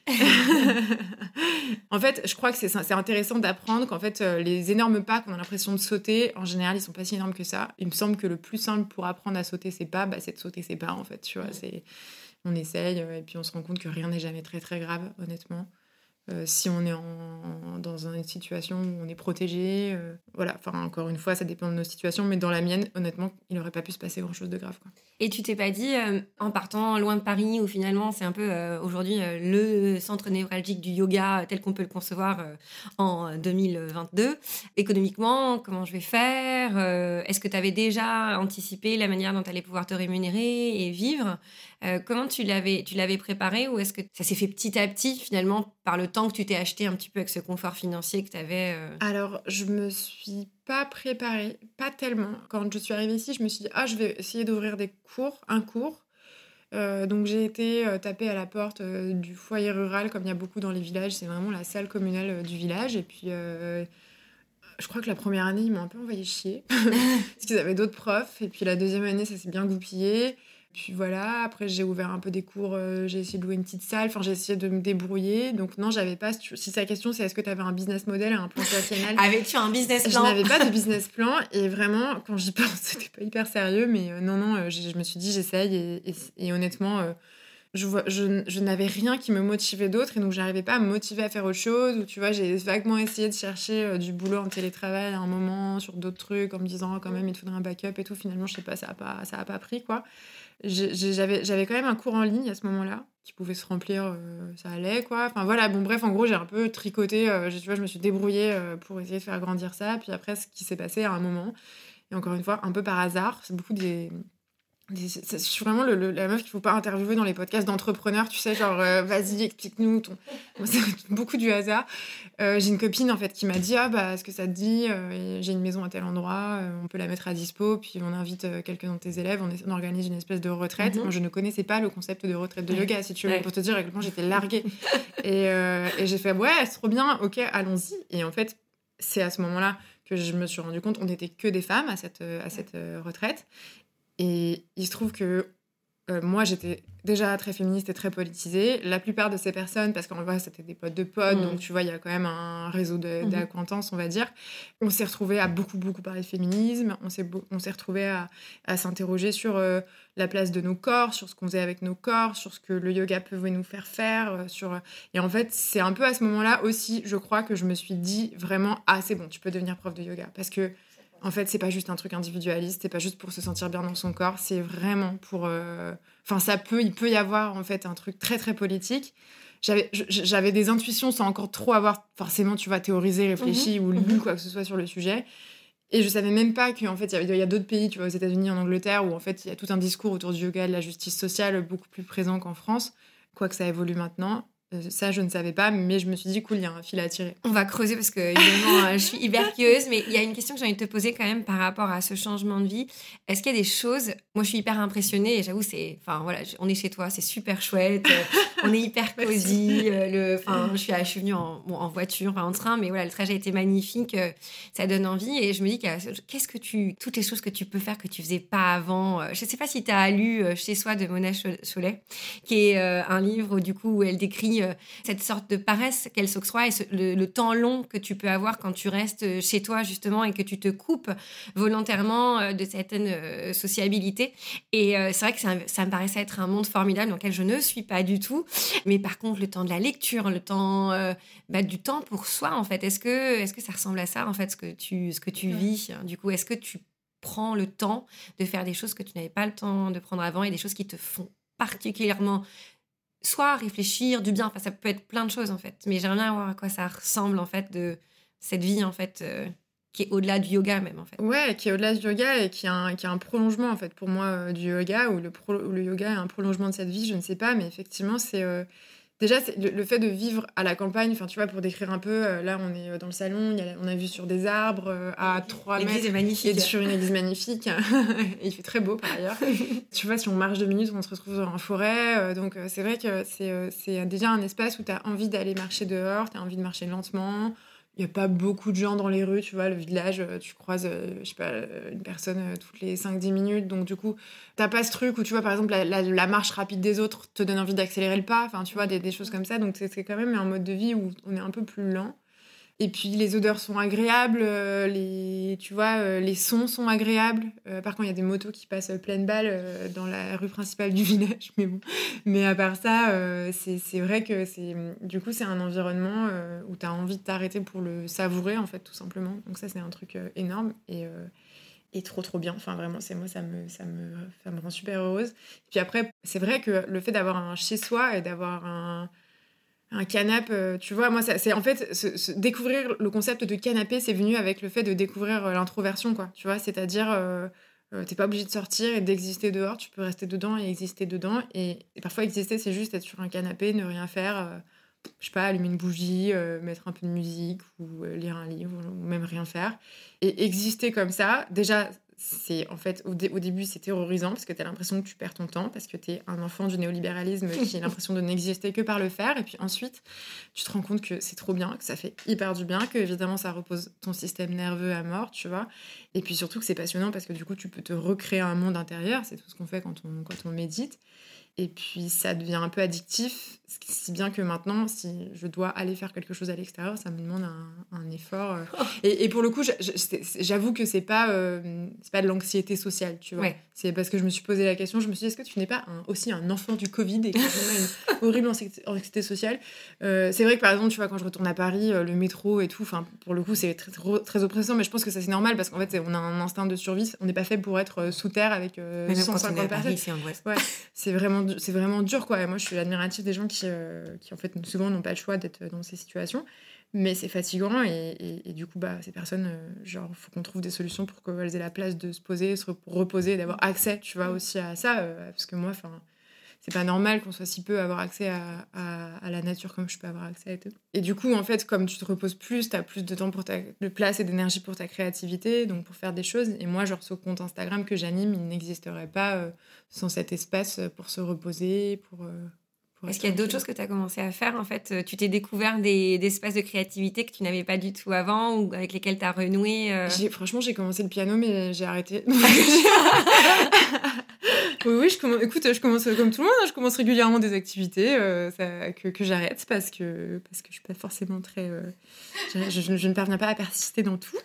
En fait, je crois que c'est, c'est intéressant d'apprendre qu'en fait, euh, les énormes pas qu'on a l'impression de sauter, en général, ils sont pas si énormes que ça. Il me semble que le plus simple pour apprendre à sauter ses pas, bah, c'est de sauter ses pas, en fait, tu vois. Mm. C'est... On essaye euh, et puis on se rend compte que rien n'est jamais très, très grave, honnêtement. Euh, si on est en, en, dans une situation où on est protégé, euh, voilà, enfin encore une fois ça dépend de nos situations, mais dans la mienne honnêtement il n'aurait pas pu se passer grand chose de grave, quoi. Et tu t'es pas dit euh, en partant loin de Paris où finalement c'est un peu euh, aujourd'hui euh, le centre névralgique du yoga tel qu'on peut le concevoir euh, en deux mille vingt-deux, économiquement comment je vais faire, euh, est-ce que tu avais déjà anticipé la manière dont tu allais pouvoir te rémunérer et vivre, euh, comment tu l'avais, tu l'avais préparé, ou est-ce que ça s'est fait petit à petit finalement par le temps que tu t'es acheté un petit peu avec ce confort financier que tu avais euh... Alors, je me suis pas préparée, pas tellement. Quand je suis arrivée ici, je me suis dit, ah, je vais essayer d'ouvrir des cours, un cours. Euh, donc, j'ai été euh, taper à la porte euh, du foyer rural, comme il y a beaucoup dans les villages. C'est vraiment la salle communale euh, du village. Et puis, euh, je crois que la première année, ils m'ont un peu envoyé chier. Parce qu'ils avaient d'autres profs. Et puis, la deuxième année, ça s'est bien goupillé. Puis voilà, après j'ai ouvert un peu des cours, euh, j'ai essayé de louer une petite salle, enfin j'ai essayé de me débrouiller. Donc non, j'avais pas, si ta question c'est est-ce que tu avais un business model, un plan quinquennal? Avais-tu un business plan? Je n'avais pas de business plan et vraiment, quand j'y pense, c'était pas hyper sérieux, mais euh, non, non, euh, je, je me suis dit j'essaye et, et, et honnêtement, euh, je, vois, je, je n'avais rien qui me motivait d'autre et donc j'arrivais pas à me motiver à faire autre chose. Ou tu vois, j'ai vaguement essayé de chercher euh, du boulot en télétravail à un moment sur d'autres trucs en me disant oh, quand même il te faudrait un backup et tout. Finalement, je sais pas, ça a pas, ça a pas pris, quoi. J'avais, j'avais quand même un cours en ligne à ce moment-là qui pouvait se remplir, euh, ça allait, quoi. Enfin voilà, bon bref, en gros j'ai un peu tricoté, euh, tu vois, je me suis débrouillée euh, pour essayer de faire grandir ça. Puis après, ce qui s'est passé à un moment, et encore une fois un peu par hasard, c'est beaucoup des, Je suis vraiment le, le, la meuf qu'il faut pas interviewer dans les podcasts d'entrepreneurs, tu sais, genre euh, vas-y, explique-nous. Ton... Bon, c'est beaucoup du hasard. Euh, j'ai une copine en fait qui m'a dit ah bah est-ce que ça te dit euh, j'ai une maison à tel endroit, euh, on peut la mettre à dispo, puis on invite euh, quelqu'un de tes élèves, on, est, on organise une espèce de retraite. Mm-hmm. Moi je ne connaissais pas le concept de retraite de ouais. yoga, si tu veux, ouais. pour te dire à quel point j'étais larguée. et, euh, et j'ai fait ouais c'est trop bien, ok allons-y. Et en fait c'est à ce moment-là que je me suis rendu compte on n'était que des femmes à cette à cette euh, retraite. Et il se trouve que euh, moi, j'étais déjà très féministe et très politisée. La plupart de ces personnes, parce qu'en vrai, c'était des potes de potes, mmh. donc tu vois, il y a quand même un réseau de, mmh. d'acquaintances, on va dire. On s'est retrouvés à beaucoup, beaucoup parler de féminisme. On s'est, on s'est retrouvés à, à s'interroger sur euh, la place de nos corps, sur ce qu'on faisait avec nos corps, sur ce que le yoga pouvait nous faire faire. Euh, sur... Et en fait, c'est un peu à ce moment-là aussi, je crois, que je me suis dit vraiment « Ah, c'est bon, tu peux devenir prof de yoga. » Parce que en fait, c'est pas juste un truc individualiste, c'est pas juste pour se sentir bien dans son corps, c'est vraiment pour... Enfin, euh... ça peut, il peut y avoir, en fait, un truc très, très politique. J'avais, j'avais des intuitions sans encore trop avoir forcément, tu vois, théorisé, réfléchi mmh. ou lu mmh. quoi que ce soit sur le sujet. Et je savais même pas qu'en fait, il y, y a d'autres pays, tu vois, aux États-Unis, en Angleterre, où en fait, il y a tout un discours autour du yoga et de la justice sociale beaucoup plus présent qu'en France, quoique ça évolue maintenant. Ça, je ne savais pas, mais je me suis dit, cool, il y a un fil à tirer. On va creuser parce que, évidemment, je suis hyper curieuse, mais il y a une question que j'ai envie de te poser quand même par rapport à ce changement de vie. Est-ce qu'il y a des choses... Moi, je suis hyper impressionnée et j'avoue, c'est... Enfin, voilà, on est chez toi, c'est super chouette. On est hyper cosy. Le... Enfin, je suis, je suis venue en, bon, en voiture, enfin, en train, mais voilà, le trajet a été magnifique. Ça donne envie et je me dis, qu'est-ce que tu... Toutes les choses que tu peux faire que tu faisais pas avant. Je sais pas si tu as lu Chez soi de Mona Chollet, qui est un livre, du coup, où elle décrit cette sorte de paresse qu'elle s'octroie et ce, le, le temps long que tu peux avoir quand tu restes chez toi justement et que tu te coupes volontairement de certaines sociabilités. Et euh, c'est vrai que ça, ça me paraissait être un monde formidable dans lequel je ne suis pas du tout. Mais par contre, le temps de la lecture, le temps, euh, bah, du temps pour soi, en fait, est-ce que, est-ce que ça ressemble à ça, en fait, ce que tu, ce que tu vis? Du coup, est-ce que tu prends le temps de faire des choses que tu n'avais pas le temps de prendre avant et des choses qui te font particulièrement soit réfléchir du bien, enfin ça peut être plein de choses en fait, mais j'aimerais bien voir à quoi ça ressemble en fait de cette vie en fait euh, qui est au-delà du yoga même en fait. Ouais, qui est au-delà du yoga et qui a un, qui a un prolongement en fait pour moi euh, du yoga ou le, pro, ou le yoga est un prolongement de cette vie, je ne sais pas, mais effectivement c'est euh, déjà c'est le, le fait de vivre à la campagne, enfin tu vois pour décrire un peu, euh, là on est dans le salon, y a, on a vu sur des arbres euh, à trois mètres. L'église est magnifique. Et sur une église magnifique, et il fait très beau par ailleurs. Tu vois si on marche deux minutes on se retrouve en forêt, euh, donc euh, c'est vrai que c'est, euh, c'est déjà un espace où tu as envie d'aller marcher dehors, tu as envie de marcher lentement. Il n'y a pas beaucoup de gens dans les rues, tu vois, le village, tu croises, euh, je sais pas, une personne euh, toutes les cinq dix minutes, donc du coup, t'as pas ce truc où, tu vois, par exemple, la, la, la marche rapide des autres te donne envie d'accélérer le pas, enfin, tu vois, des, des choses comme ça, donc c'est, c'est quand même un mode de vie où on est un peu plus lent. Et puis, les odeurs sont agréables, euh, les, tu vois, euh, les sons sont agréables. Euh, par contre, il y a des motos qui passent pleine balle euh, dans la rue principale du village, mais bon. Mais à part ça, euh, c'est, c'est vrai que c'est, du coup, c'est un environnement euh, où tu as envie de t'arrêter pour le savourer, en fait, tout simplement. Donc ça, c'est un truc euh, énorme et, euh, et trop, trop bien. Enfin, vraiment, c'est moi, ça me, ça me, ça me rend super heureuse. Puis après, c'est vrai que le fait d'avoir un chez-soi et d'avoir un... Un canapé, tu vois, moi, ça, c'est en fait, ce, ce, découvrir le concept de canapé, c'est venu avec le fait de découvrir l'introversion, quoi, tu vois, c'est-à-dire, euh, euh, t'es pas obligé de sortir et d'exister dehors, tu peux rester dedans et exister dedans, et, et parfois exister, c'est juste être sur un canapé, ne rien faire, euh, je sais pas, allumer une bougie, euh, mettre un peu de musique, ou euh, lire un livre, ou même rien faire, et exister comme ça, déjà... C'est en fait au, dé- au début c'est terrorisant parce que t'as l'impression que tu perds ton temps parce que t'es un enfant du néolibéralisme qui a l'impression de n'exister que par le faire, et puis ensuite tu te rends compte que c'est trop bien, que ça fait hyper du bien, que évidemment ça repose ton système nerveux à mort, tu vois, et puis surtout que c'est passionnant parce que du coup tu peux te recréer un monde intérieur, c'est tout ce qu'on fait quand on, quand on médite. Et puis ça devient un peu addictif, si bien que maintenant, si je dois aller faire quelque chose à l'extérieur, ça me demande un, un effort. Et, et pour le coup, je, je, j'avoue que c'est pas, euh, c'est pas de l'anxiété sociale, tu vois. Ouais. C'est parce que je me suis posé la question, je me suis dit, est-ce que tu n'es pas un, aussi un enfant du Covid et que tu as une horrible anxiété sociale? euh, C'est vrai que par exemple, tu vois, quand je retourne à Paris, le métro et tout, pour le coup, c'est très, très, très oppressant, mais je pense que ça c'est normal parce qu'en fait, on a un instinct de survie, on n'est pas fait pour être sous terre avec euh, cent cinquante personnes. C'est angoisse. Ouais, c'est vraiment c'est vraiment dur, quoi. Et moi, je suis admirative des gens qui, euh, qui, en fait, souvent n'ont pas le choix d'être dans ces situations. Mais c'est fatigant et, et, et du coup, bah, ces personnes, euh, genre, il faut qu'on trouve des solutions pour qu'elles aient la place de se poser, se reposer, d'avoir accès, tu vois, aussi à ça. Euh, parce que moi, enfin, c'est pas normal qu'on soit si peu à avoir accès à, à, à la nature comme je peux avoir accès à tout. Et du coup, en fait, comme tu te reposes plus, t'as plus de temps pour ta, de place et d'énergie pour ta créativité, donc pour faire des choses. Et moi, genre, ce compte Instagram que j'anime, il n'existerait pas euh, sans cet espace pour se reposer, pour... Euh, pour Est-ce être qu'il y a d'autres tranquille. choses que tu as commencé à faire, en fait? Tu t'es découvert des, des espaces de créativité que tu n'avais pas du tout avant ou avec lesquels tu as renoué euh... j'ai, Franchement, j'ai commencé le piano, mais j'ai arrêté. Oui, oui, je commence, écoute, je commence comme tout le monde, hein, je commence régulièrement des activités euh, ça, que, que j'arrête parce que, parce que je suis pas forcément très... Euh, je, je, je ne parviens pas à persister dans tout.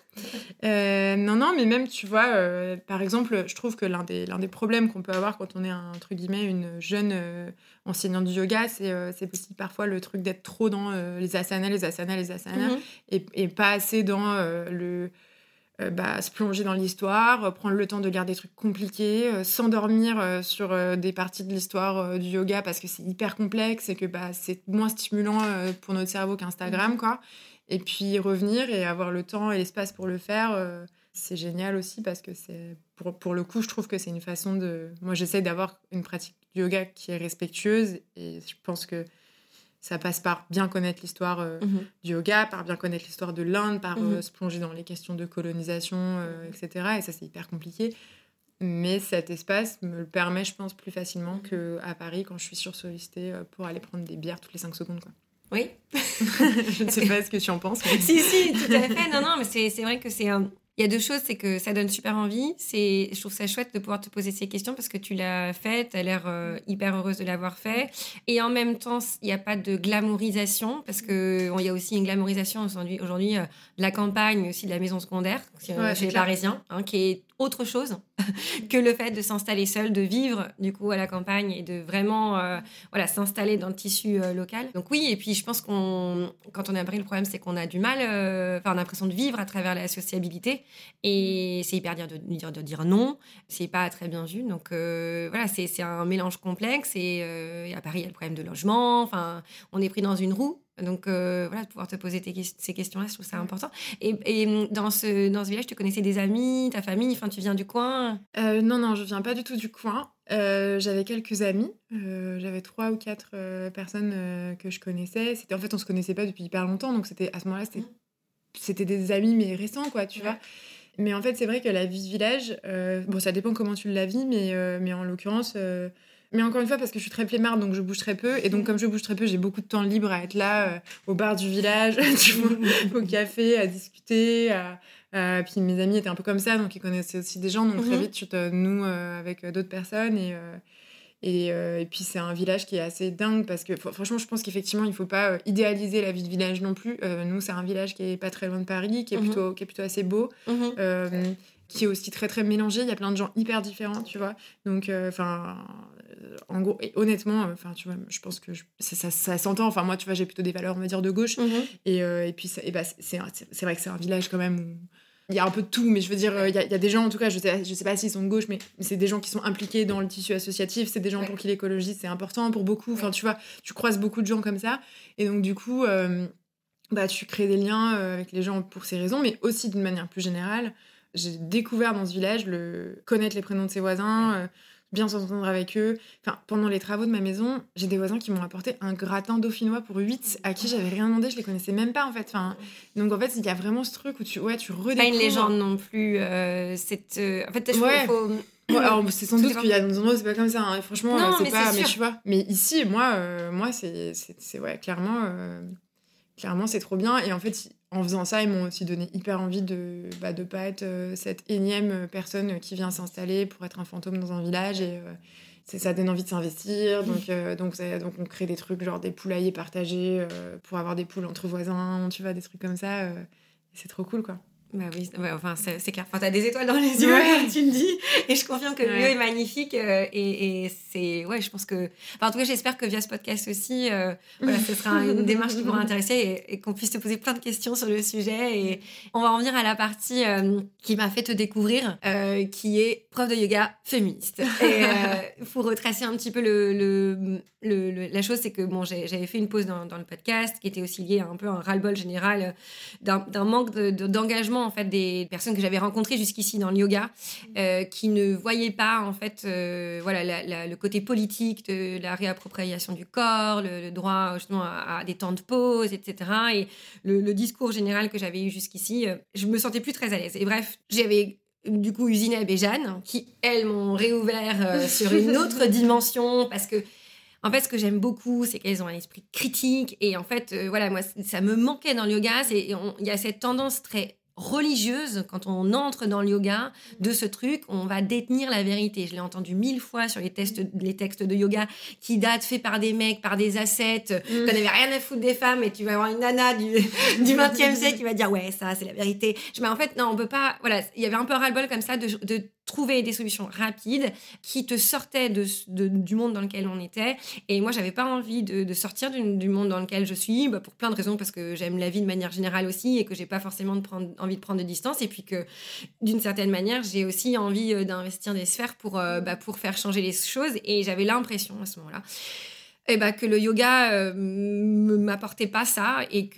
Euh, non, non, mais même, tu vois, euh, par exemple, je trouve que l'un des, l'un des problèmes qu'on peut avoir quand on est, un, entre guillemets, une jeune euh, enseignante du yoga, c'est, euh, c'est aussi parfois le truc d'être trop dans euh, les asanas, les asanas, les asanas, Mm-hmm. et, et pas assez dans euh, le... Euh, bah, se plonger dans l'histoire, euh, prendre le temps de lire des trucs compliqués, euh, s'endormir euh, sur euh, des parties de l'histoire euh, du yoga parce que c'est hyper complexe et que bah, c'est moins stimulant euh, pour notre cerveau qu'Instagram, mmh. quoi. Et puis revenir et avoir le temps et l'espace pour le faire, euh, c'est génial aussi parce que c'est pour, pour le coup, je trouve que c'est une façon de... Moi, j'essaie d'avoir une pratique du yoga qui est respectueuse et je pense que ça passe par bien connaître l'histoire euh, mmh. du yoga, par bien connaître l'histoire de l'Inde, par mmh. euh, se plonger dans les questions de colonisation, euh, et cetera. Et ça, c'est hyper compliqué. Mais cet espace me le permet, je pense, plus facilement qu'à Paris, quand je suis sursollicitée euh, pour aller prendre des bières toutes les cinq secondes, quoi. Oui. Je ne sais pas ce que tu en penses. Mais... si, si, tout à fait. Non, non, mais c'est, c'est vrai que c'est un... Il y a deux choses, c'est que ça donne super envie. C'est, je trouve ça chouette de pouvoir te poser ces questions parce que tu l'as fait, tu as l'air euh, hyper heureuse de l'avoir fait. Et en même temps, il n'y a pas de glamourisation parce qu'il bon, y a aussi une glamourisation aujourd'hui, aujourd'hui euh, de la campagne, aussi de la maison secondaire euh, ouais, chez les Parisiens, hein, qui est autre chose que le fait de s'installer seul, de vivre du coup à la campagne et de vraiment euh, voilà, s'installer dans le tissu euh, local. Donc oui, et puis je pense qu'on, quand on est à Paris, le problème c'est qu'on a du mal, enfin euh, on a l'impression de vivre à travers la sociabilité. Et c'est hyper dur de dire, de dire non, c'est pas très bien vu. Donc euh, voilà, c'est, c'est un mélange complexe. Et, euh, et à Paris, il y a le problème de logement. Enfin, on est pris dans une roue. Donc euh, voilà, de pouvoir te poser tes, ces questions-là, je trouve ça important. Et, et dans, ce, dans ce village, tu connaissais des amis, ta famille, enfin, tu viens du coin? euh, Non, non, je viens pas du tout du coin. Euh, j'avais quelques amis. Euh, j'avais trois ou quatre euh, personnes euh, que je connaissais. C'était, en fait, on se connaissait pas depuis hyper longtemps. Donc c'était, à ce moment-là, c'était, c'était des amis, mais récents, quoi, tu ouais. vois. Mais en fait, c'est vrai que la vie de village, euh, bon, ça dépend comment tu la vis, mais, euh, mais en l'occurrence... Euh, mais encore une fois, parce que je suis très flemmarde, donc je bouge très peu. Et donc, comme je bouge très peu, j'ai beaucoup de temps libre à être là, euh, au bar du village, tu vois, au café, à discuter. À, à... Puis mes amis étaient un peu comme ça, donc ils connaissaient aussi des gens. Donc très vite, tu te noues euh, avec d'autres personnes. Et... Euh, Et, euh, et puis c'est un village qui est assez dingue parce que franchement je pense qu'effectivement il faut pas euh, idéaliser la vie de village non plus. Euh, nous c'est un village qui est pas très loin de Paris, qui est, mm-hmm. plutôt, qui est plutôt assez beau, mm-hmm. euh, qui est aussi très très mélangé. Il y a plein de gens hyper différents, tu vois. Donc enfin euh, en gros et honnêtement enfin tu vois je pense que je, ça, ça, ça s'entend. Enfin moi tu vois j'ai plutôt des valeurs on va dire de gauche mm-hmm. et, euh, et puis ça, et bah, c'est, c'est, c'est vrai que c'est un village quand même où il y a un peu de tout, mais je veux dire, il y, y a des gens, en tout cas, je sais, je sais pas s'ils sont de gauche, mais c'est des gens qui sont impliqués dans le tissu associatif, c'est des gens ouais. pour qui l'écologie, c'est important, pour beaucoup, enfin, ouais. tu vois, tu croises beaucoup de gens comme ça, et donc, du coup, euh, bah, tu crées des liens avec les gens pour ces raisons, mais aussi d'une manière plus générale. J'ai découvert dans ce village le connaître les prénoms de ses voisins, ouais. euh, bien s'entendre avec eux. Enfin, pendant les travaux de ma maison, j'ai des voisins qui m'ont apporté un gratin dauphinois pour huit à qui j'avais rien demandé, je les connaissais même pas en fait. Enfin, donc en fait, il y a vraiment ce truc où tu, ouais, tu redécouvres. Pas une légende non plus. Euh, cette, euh... En fait, je ouais. faut. Ouais, alors, c'est sans doute qu'il y a des endroits c'est pas comme ça. Hein. Franchement, non, c'est mais pas. C'est mais sûr. tu vois. Mais ici, moi, euh, moi, c'est, c'est, c'est ouais, clairement, euh, clairement, c'est trop bien. Et en fait, en faisant ça, ils m'ont aussi donné hyper envie de bah, de pas être euh, cette énième personne qui vient s'installer pour être un fantôme dans un village et euh, c'est, ça donne envie de s'investir, donc, euh, donc, ça, donc on crée des trucs genre des poulaillers partagés euh, pour avoir des poules entre voisins, tu vois, des trucs comme ça. Euh, et c'est trop cool, quoi. Bah oui, ouais, enfin, c'est, c'est clair. Enfin, t'as des étoiles dans les yeux, Ouais. comme tu me dis. Et je confirme que le Ouais. lieu est magnifique. euh, et, et c'est... Ouais, je pense que... Enfin, en tout cas, j'espère que via ce podcast aussi, euh, voilà, ce sera une démarche qui pourra intéresser et, et qu'on puisse te poser plein de questions sur le sujet. Et on va en venir à la partie euh, qui m'a fait te découvrir, euh, qui est prof de yoga féministe. Et euh, pour retracer un petit peu le, le, le, le- la chose, c'est que bon, j'ai, j'avais fait une pause dans, dans le podcast qui était aussi liée à un peu un ras-le-bol général d'un, d'un manque de, de, d'engagement en fait des personnes que j'avais rencontrées jusqu'ici dans le yoga, euh, qui ne voyaient pas en fait euh, voilà la, la, le côté politique de la réappropriation du corps, le, le droit justement à, à des temps de pause, et cetera. Et le, le discours général que j'avais eu jusqu'ici, euh, je me sentais plus très à l'aise. Et bref, j'avais du coup Usineb et Jeanne qui elles m'ont réouvert euh, sur une autre dimension parce que en fait, ce que j'aime beaucoup, c'est qu'elles ont un esprit critique. Et en fait, euh, voilà, moi, ça me manquait dans le yoga. C'est, on- il y a cette tendance très religieuse, quand on entre dans le yoga, de ce truc, on va détenir la vérité. Je l'ai entendu mille fois sur les, tests, les textes de yoga qui datent, faits par des mecs, par des ascètes, Mm. qu'on n'avait rien à foutre des femmes, et tu vas avoir une nana du, du vingtième siècle qui va dire, ouais, ça, c'est la vérité. Je, mais en fait, non, on peut pas... Voilà, il y avait un peu ras-le-bol comme ça de, de trouver des solutions rapides qui te sortaient de, de, du monde dans lequel on était. Et moi, j'avais pas envie de, de sortir du, du monde dans lequel je suis, bah, pour plein de raisons, parce que j'aime la vie de manière générale aussi et que j'ai pas forcément de prendre, envie de prendre de distance. Et puis que, d'une certaine manière, j'ai aussi envie euh, d'investir des sphères pour, euh, bah, pour faire changer les choses. Et j'avais l'impression à ce moment-là eh ben, que le yoga euh, ne m'apportait pas ça et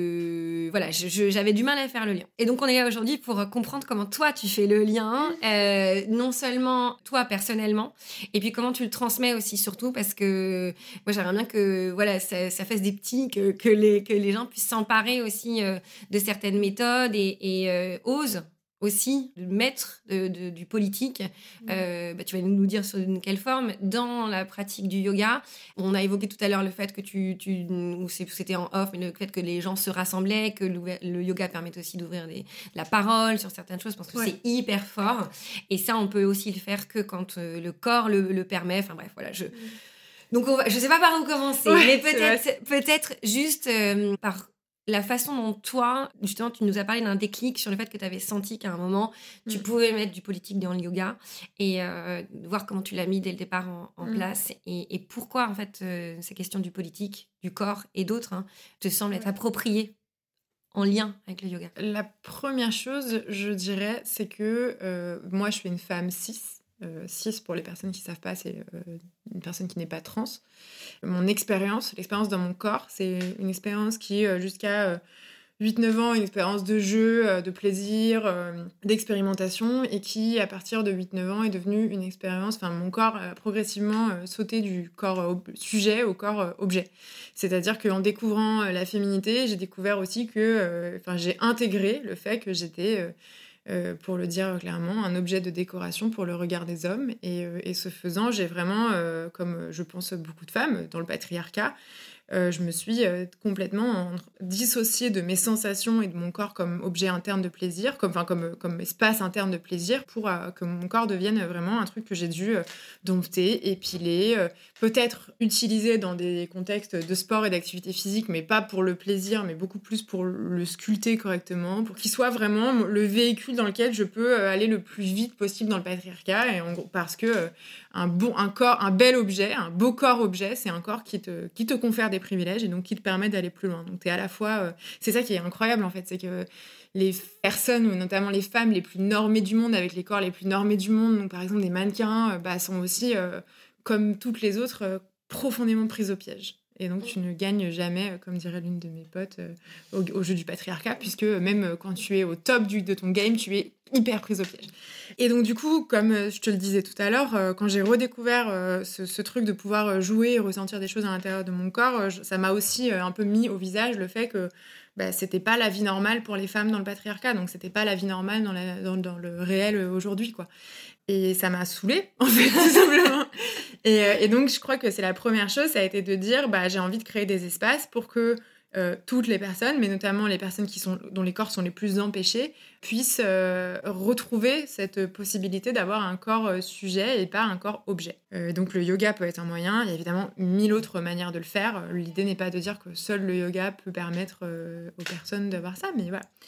que voilà, je, je, j'avais du mal à faire le lien. Et donc on est là aujourd'hui pour comprendre comment toi tu fais le lien, euh, non seulement toi personnellement, et puis comment tu le transmets aussi surtout, parce que moi j'aimerais bien que voilà, ça, ça fasse des petits, que, que, les, que les gens puissent s'emparer aussi euh, de certaines méthodes et, et euh, osent aussi de mettre de, de, du politique, euh, bah, tu vas nous dire sous quelle forme, dans la pratique du yoga. On a évoqué tout à l'heure le fait que tu, tu ou c'était en off, mais le fait que les gens se rassemblaient, que le yoga permet aussi d'ouvrir des, la parole sur certaines choses, je pense que ouais. c'est hyper fort. Et ça, on peut aussi le faire que quand euh, le corps le, le permet. Enfin bref, voilà, je... Donc, on va, je sais pas par où commencer, ouais, mais peut-être, peut-être juste euh, par la façon dont toi, justement, tu nous as parlé d'un déclic sur le fait que tu avais senti qu'à un moment, mm. tu pouvais mettre du politique dans le yoga et euh, voir comment tu l'as mis dès le départ en, en mm. place et, et pourquoi, en fait, euh, ces questions du politique, du corps et d'autres hein, te semblent être appropriées en lien avec le yoga. La première chose, je dirais, c'est que euh, moi, je suis une femme cis. Euh, cis, pour les personnes qui ne savent pas, c'est euh, une personne qui n'est pas trans. Mon expérience, l'expérience dans mon corps, c'est une expérience qui, euh, jusqu'à euh, huit neuf ans, une expérience de jeu, euh, de plaisir, euh, d'expérimentation, et qui, à partir de huit neuf ans, est devenue une expérience... Enfin, mon corps a progressivement euh, sauté du corps euh, sujet au corps euh, objet. C'est-à-dire qu'en découvrant euh, la féminité, j'ai découvert aussi que... Enfin, euh, j'ai intégré le fait que j'étais... Euh, Euh, pour le dire clairement, un objet de décoration pour le regard des hommes. Et, euh, et ce faisant, j'ai vraiment, euh, comme je pense beaucoup de femmes, dans le patriarcat, euh, je me suis euh, complètement dissociée de mes sensations et de mon corps comme objet interne de plaisir, comme, enfin, comme, comme espace interne de plaisir, pour euh, que mon corps devienne vraiment un truc que j'ai dû euh, dompter, épiler, euh, peut-être utiliser dans des contextes de sport et d'activité physique, mais pas pour le plaisir, mais beaucoup plus pour le sculpter correctement, pour qu'il soit vraiment le véhicule dans lequel je peux aller le plus vite possible dans le patriarcat, et en gros, parce que euh, un, bon, un corps, un bel objet, un beau corps objet, c'est un corps qui te, qui te confère des privilèges et donc qui te permet d'aller plus loin. Donc t'es à la fois... Euh, c'est ça qui est incroyable en fait, c'est que les personnes, ou notamment les femmes les plus normées du monde, avec les corps les plus normés du monde, donc par exemple des mannequins, euh, bah, sont aussi, euh, comme toutes les autres, euh, profondément prises au piège. Et donc, tu ne gagnes jamais, comme dirait l'une de mes potes, euh, au, au jeu du patriarcat, puisque même quand tu es au top du, de ton game, tu es hyper prise au piège. Et donc, du coup, comme je te le disais tout à l'heure, euh, quand j'ai redécouvert euh, ce, ce truc de pouvoir jouer et ressentir des choses à l'intérieur de mon corps, euh, ça m'a aussi euh, un peu mis au visage le fait que bah, c'était pas la vie normale pour les femmes dans le patriarcat, donc c'était pas la vie normale dans, la, dans, dans le réel euh, aujourd'hui, quoi. Et ça m'a saoulée, en fait, tout simplement. Et, euh, et donc, je crois que c'est la première chose, ça a été de dire, bah, j'ai envie de créer des espaces pour que euh, toutes les personnes, mais notamment les personnes qui sont, dont les corps sont les plus empêchés, puissent euh, retrouver cette possibilité d'avoir un corps euh, sujet et pas un corps objet. Euh, donc, le yoga peut être un moyen. Il y a évidemment mille autres manières de le faire. L'idée n'est pas de dire que seul le yoga peut permettre euh, aux personnes d'avoir ça, mais voilà.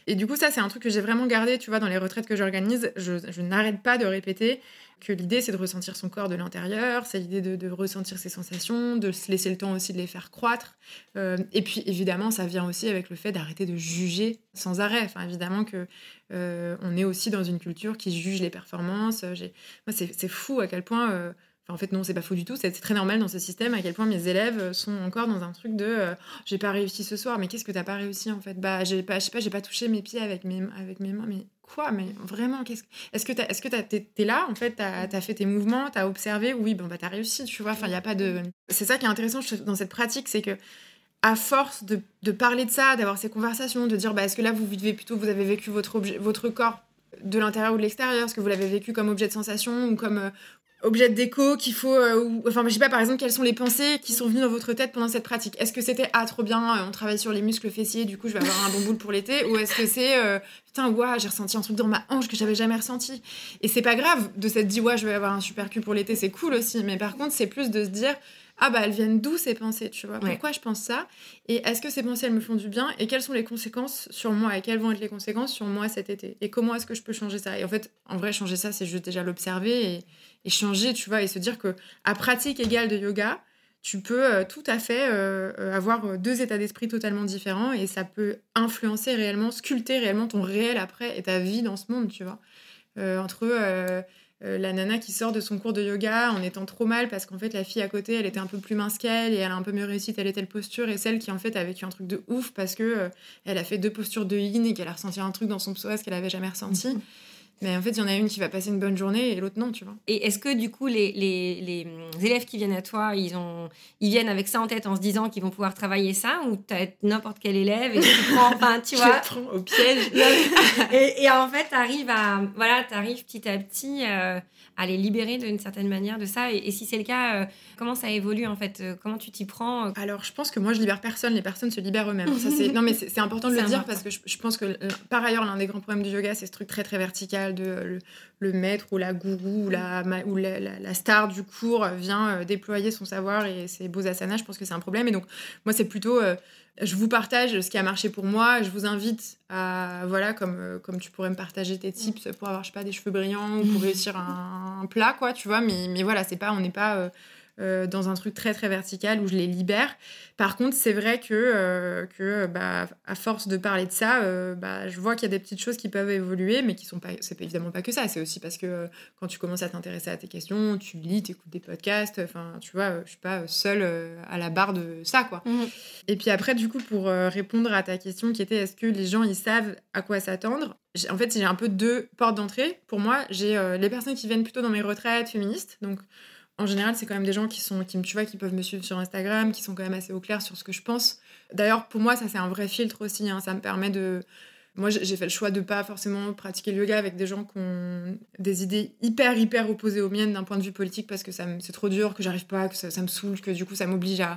Et du coup, ça, c'est un truc que j'ai vraiment gardé, tu vois, dans les retraites que j'organise. Je, je n'arrête pas de répéter que l'idée, c'est de ressentir son corps de l'intérieur, c'est l'idée de, de ressentir ses sensations, de se laisser le temps aussi de les faire croître. Euh, et puis, évidemment, ça vient aussi avec le fait d'arrêter de juger sans arrêt. Enfin, évidemment que euh, on est aussi dans une culture qui juge les performances. J'ai... Moi, c'est, c'est fou à quel point... Euh... Enfin, en fait, non, c'est pas faux du tout. C'est, c'est très normal dans ce système à quel point mes élèves sont encore dans un truc de euh, « j'ai pas réussi ce soir ». Mais qu'est-ce que t'as pas réussi, en fait ? Bah, j'ai pas, je sais pas, j'ai pas touché mes pieds avec mes, avec mes mains. Mais quoi ? Mais vraiment, qu'est-ce que... Est-ce que, t'as, est-ce que t'as, t'es, t'es là, en fait, t'as, t'as fait tes mouvements, t'as observé ? Oui, bon, bah, t'as réussi, tu vois. Enfin, il y a pas de... C'est ça qui est intéressant je trouve, dans cette pratique, c'est que à force de, de parler de ça, d'avoir ces conversations, de dire bah, est-ce que là, vous vivez plutôt, vous avez vécu votre, objet, votre corps de l'intérieur ou de l'extérieur ? Est-ce que vous l'avez vécu comme objet de sensation ou comme... Euh, objet de déco qu'il faut euh, ou enfin je sais pas par exemple quelles sont les pensées qui sont venues dans votre tête pendant cette pratique. Est-ce que c'était ah trop bien euh, on travaille sur les muscles fessiers du coup je vais avoir un bon boule pour l'été ou est-ce que c'est euh, putain ouah j'ai ressenti un truc dans ma hanche que j'avais jamais ressenti. Et c'est pas grave de s'être dit ouais je vais avoir un super cul pour l'été, c'est cool aussi, mais par contre c'est plus de se dire ah bah elles viennent d'où ces pensées, tu vois, pourquoi ouais. je pense ça et est-ce que ces pensées elles me font du bien et quelles sont les conséquences sur moi et quelles vont être les conséquences sur moi cet été et comment est-ce que je peux changer ça. Et en fait en vrai changer ça c'est juste déjà l'observer et, et changer, tu vois, et se dire que à pratique égale de yoga tu peux euh, tout à fait euh, avoir deux états d'esprit totalement différents et ça peut influencer réellement, sculpter réellement ton réel après et ta vie dans ce monde, tu vois. Euh, entre euh, euh, la nana qui sort de son cours de yoga en étant trop mal parce qu'en fait la fille à côté elle était un peu plus mince qu'elle et elle a un peu mieux réussi telle et telle posture, et celle qui en fait a vécu un truc de ouf parce que euh, elle a fait deux postures de yin et qu'elle a ressenti un truc dans son psoas qu'elle avait jamais ressenti. Mmh. Mais en fait, il y en a une qui va passer une bonne journée et l'autre non, tu vois. Et est-ce que du coup, les, les, les élèves qui viennent à toi, ils, ont, ils viennent avec ça en tête en se disant qu'ils vont pouvoir travailler ça, ou t'as n'importe quel élève et tu prends, enfin, tu vois, je prends au piège. et, et en fait, t'arrives à, voilà, t'arrives petit à petit euh, à les libérer d'une certaine manière de ça. Et, et si c'est le cas, euh, comment ça évolue en fait ? Comment tu t'y prends ? Alors, je pense que moi, je libère personne. Les personnes se libèrent eux-mêmes. Ça, c'est... Non, mais c'est, c'est important de c'est le important. dire parce que je, je pense que, euh, par ailleurs, l'un des grands problèmes du yoga, c'est ce truc très, très vertical de le, le maître ou la gourou ou, la, ou la, la, la star du cours vient euh, déployer son savoir et ses beaux asanas. Je pense que c'est un problème. Et donc, moi, c'est plutôt... Euh, je vous partage ce qui a marché pour moi. Je vous invite à... Voilà, comme, euh, comme tu pourrais me partager tes tips pour avoir, je sais pas, des cheveux brillants ou pour réussir un, un plat, quoi, tu vois. Mais, mais voilà, c'est pas... On n'est pas... Euh, Euh, dans un truc très très vertical où je les libère. Par contre, c'est vrai que, euh, que bah, à force de parler de ça, euh, bah, je vois qu'il y a des petites choses qui peuvent évoluer, mais qui sont pas, c'est évidemment pas que ça. C'est aussi parce que euh, quand tu commences à t'intéresser à tes questions, tu lis, tu écoutes des podcasts, enfin, tu vois, euh, je suis pas seule euh, à la barre de ça, quoi. Mmh. Et puis après, du coup, pour euh, répondre à ta question qui était est-ce que les gens, ils savent à quoi s'attendre ? En fait, j'ai un peu deux portes d'entrée. Pour moi, j'ai euh, les personnes qui viennent plutôt dans mes retraites féministes, donc en général, c'est quand même des gens qui sont, qui, tu vois, qui peuvent me suivre sur Instagram, qui sont quand même assez au clair sur ce que je pense. D'ailleurs, pour moi, ça, c'est un vrai filtre aussi. Hein. Ça me permet de... Moi, j'ai fait le choix de pas forcément pratiquer le yoga avec des gens qui ont des idées hyper, hyper opposées aux miennes d'un point de vue politique parce que ça me... c'est trop dur, que j'arrive pas, que ça, ça me saoule, que du coup, ça m'oblige à...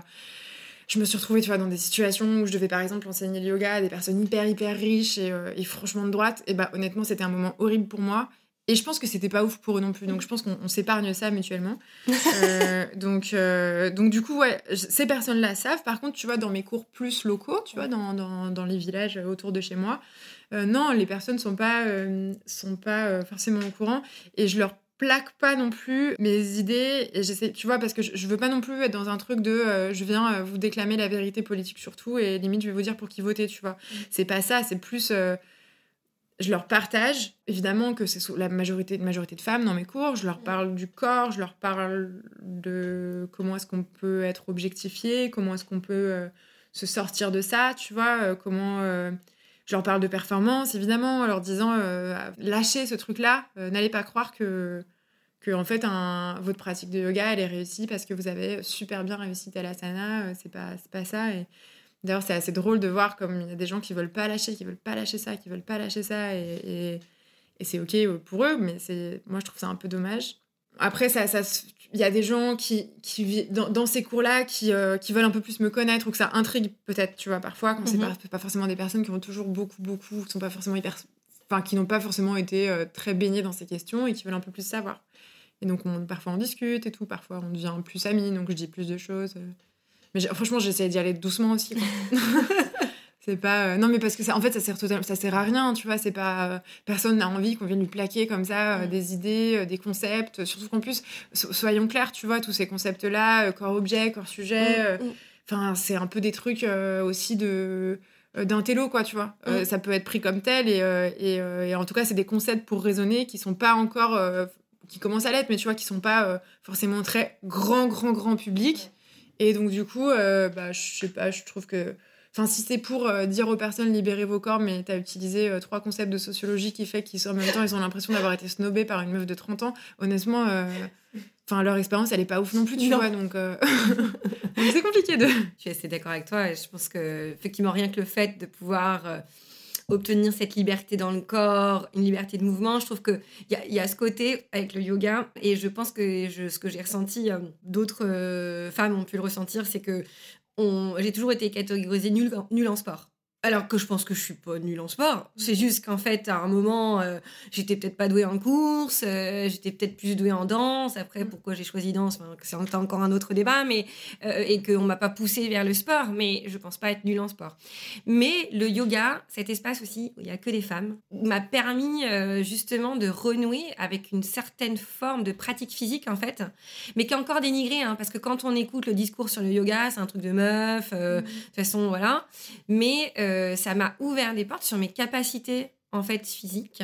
Je me suis retrouvée, tu vois, dans des situations où je devais, par exemple, enseigner le yoga à des personnes hyper, hyper riches et, euh, et franchement de droite. Et bah, honnêtement, c'était un moment horrible pour moi. Et je pense que c'était pas ouf pour eux non plus. Donc, je pense qu'on on s'épargne ça mutuellement. euh, donc, euh, donc, du coup, ouais, ces personnes-là savent. Par contre, tu vois, dans mes cours plus locaux, tu vois, dans, dans, dans les villages autour de chez moi, euh, non, les personnes sont pas, euh, sont pas euh, forcément au courant. Et je leur plaque pas non plus mes idées. Et j'essaie, tu vois, parce que je, je veux pas non plus être dans un truc de euh, je viens euh, vous déclamer la vérité politique sur tout et limite, je vais vous dire pour qui voter, tu vois. Mmh. C'est pas ça, c'est plus... Euh, je leur partage, évidemment que c'est la majorité, une majorité de femmes dans mes cours, je leur parle du corps, je leur parle de comment est-ce qu'on peut être objectifié, comment est-ce qu'on peut euh, se sortir de ça, tu vois, euh, comment... Euh, je leur parle de performance, évidemment, en leur disant euh, lâchez ce truc-là, euh, n'allez pas croire que, que en fait, un, votre pratique de yoga, elle est réussie parce que vous avez super bien réussi tel asana, euh, c'est pas, c'est pas ça, et... D'ailleurs, c'est assez drôle de voir comme il y a des gens qui veulent pas lâcher, qui veulent pas lâcher ça, qui veulent pas lâcher ça, et, et, et c'est ok pour eux, mais c'est, moi je trouve ça un peu dommage. Après, ça, ça, il y a des gens qui, qui dans, dans ces cours-là, qui, euh, qui veulent un peu plus me connaître ou que ça intrigue peut-être, tu vois, parfois quand mm-hmm. c'est pas, pas forcément des personnes qui ont toujours beaucoup, beaucoup, qui sont pas forcément hyper, enfin qui n'ont pas forcément été euh, très baignées dans ces questions et qui veulent un peu plus savoir. Et donc on, parfois on discute et tout, parfois on devient plus amis, donc je dis plus de choses. Euh. Mais j'ai, franchement, j'essaie d'y aller doucement aussi. C'est pas euh, non mais parce que ça en fait ça sert totalement ça sert à rien, tu vois, c'est pas euh, personne n'a envie qu'on vienne lui plaquer comme ça euh, Mm. des idées, euh, des concepts, surtout qu'en plus so- soyons clairs, tu vois, tous ces concepts là, corps objet, corps sujet, euh, Mm, mm, enfin c'est un peu des trucs euh, aussi de euh, d'un télo quoi, tu vois. Euh, mm. ça peut être pris comme tel et, euh, et, euh, et en tout cas, c'est des concepts pour raisonner qui sont pas encore euh, qui commencent à l'être mais tu vois qui sont pas euh, forcément très grand grand grand public. Et donc du coup euh, bah je sais pas, je trouve que enfin, si c'est pour euh, dire aux personnes libérez vos corps, mais t'as utilisé euh, trois concepts de sociologie qui fait qu'ils sont en même temps, ils ont l'impression d'avoir été snobés par une meuf de trente ans. Honnêtement, euh, enfin leur expérience, elle est pas ouf non plus, tu Non. vois. Donc, euh, donc c'est compliqué de. Je suis assez d'accord avec toi. Et je pense que, effectivement, rien que le fait de pouvoir euh, obtenir cette liberté dans le corps, une liberté de mouvement, je trouve qu'il y a, y a ce côté avec le yoga. Et je pense que je, ce que j'ai ressenti, euh, d'autres euh, femmes ont pu le ressentir, c'est que on- j'ai toujours été catégorisée nulle, nulle en sport. Alors que je pense que je suis pas nulle en sport. C'est juste qu'en fait, à un moment, euh, j'étais peut-être pas douée en course, euh, j'étais peut-être plus douée en danse. Après, pourquoi j'ai choisi danse, enfin, c'est encore un autre débat, mais euh, et qu'on m'a pas poussée vers le sport. Mais je pense pas être nulle en sport. Mais le yoga, cet espace aussi où il y a que des femmes, m'a permis euh, justement de renouer avec une certaine forme de pratique physique en fait, mais qui est encore dénigrée, hein, parce que quand on écoute le discours sur le yoga, c'est un truc de meuf, euh, de toute façon, voilà. Mais euh, ça m'a ouvert des portes sur mes capacités, en fait, physiques.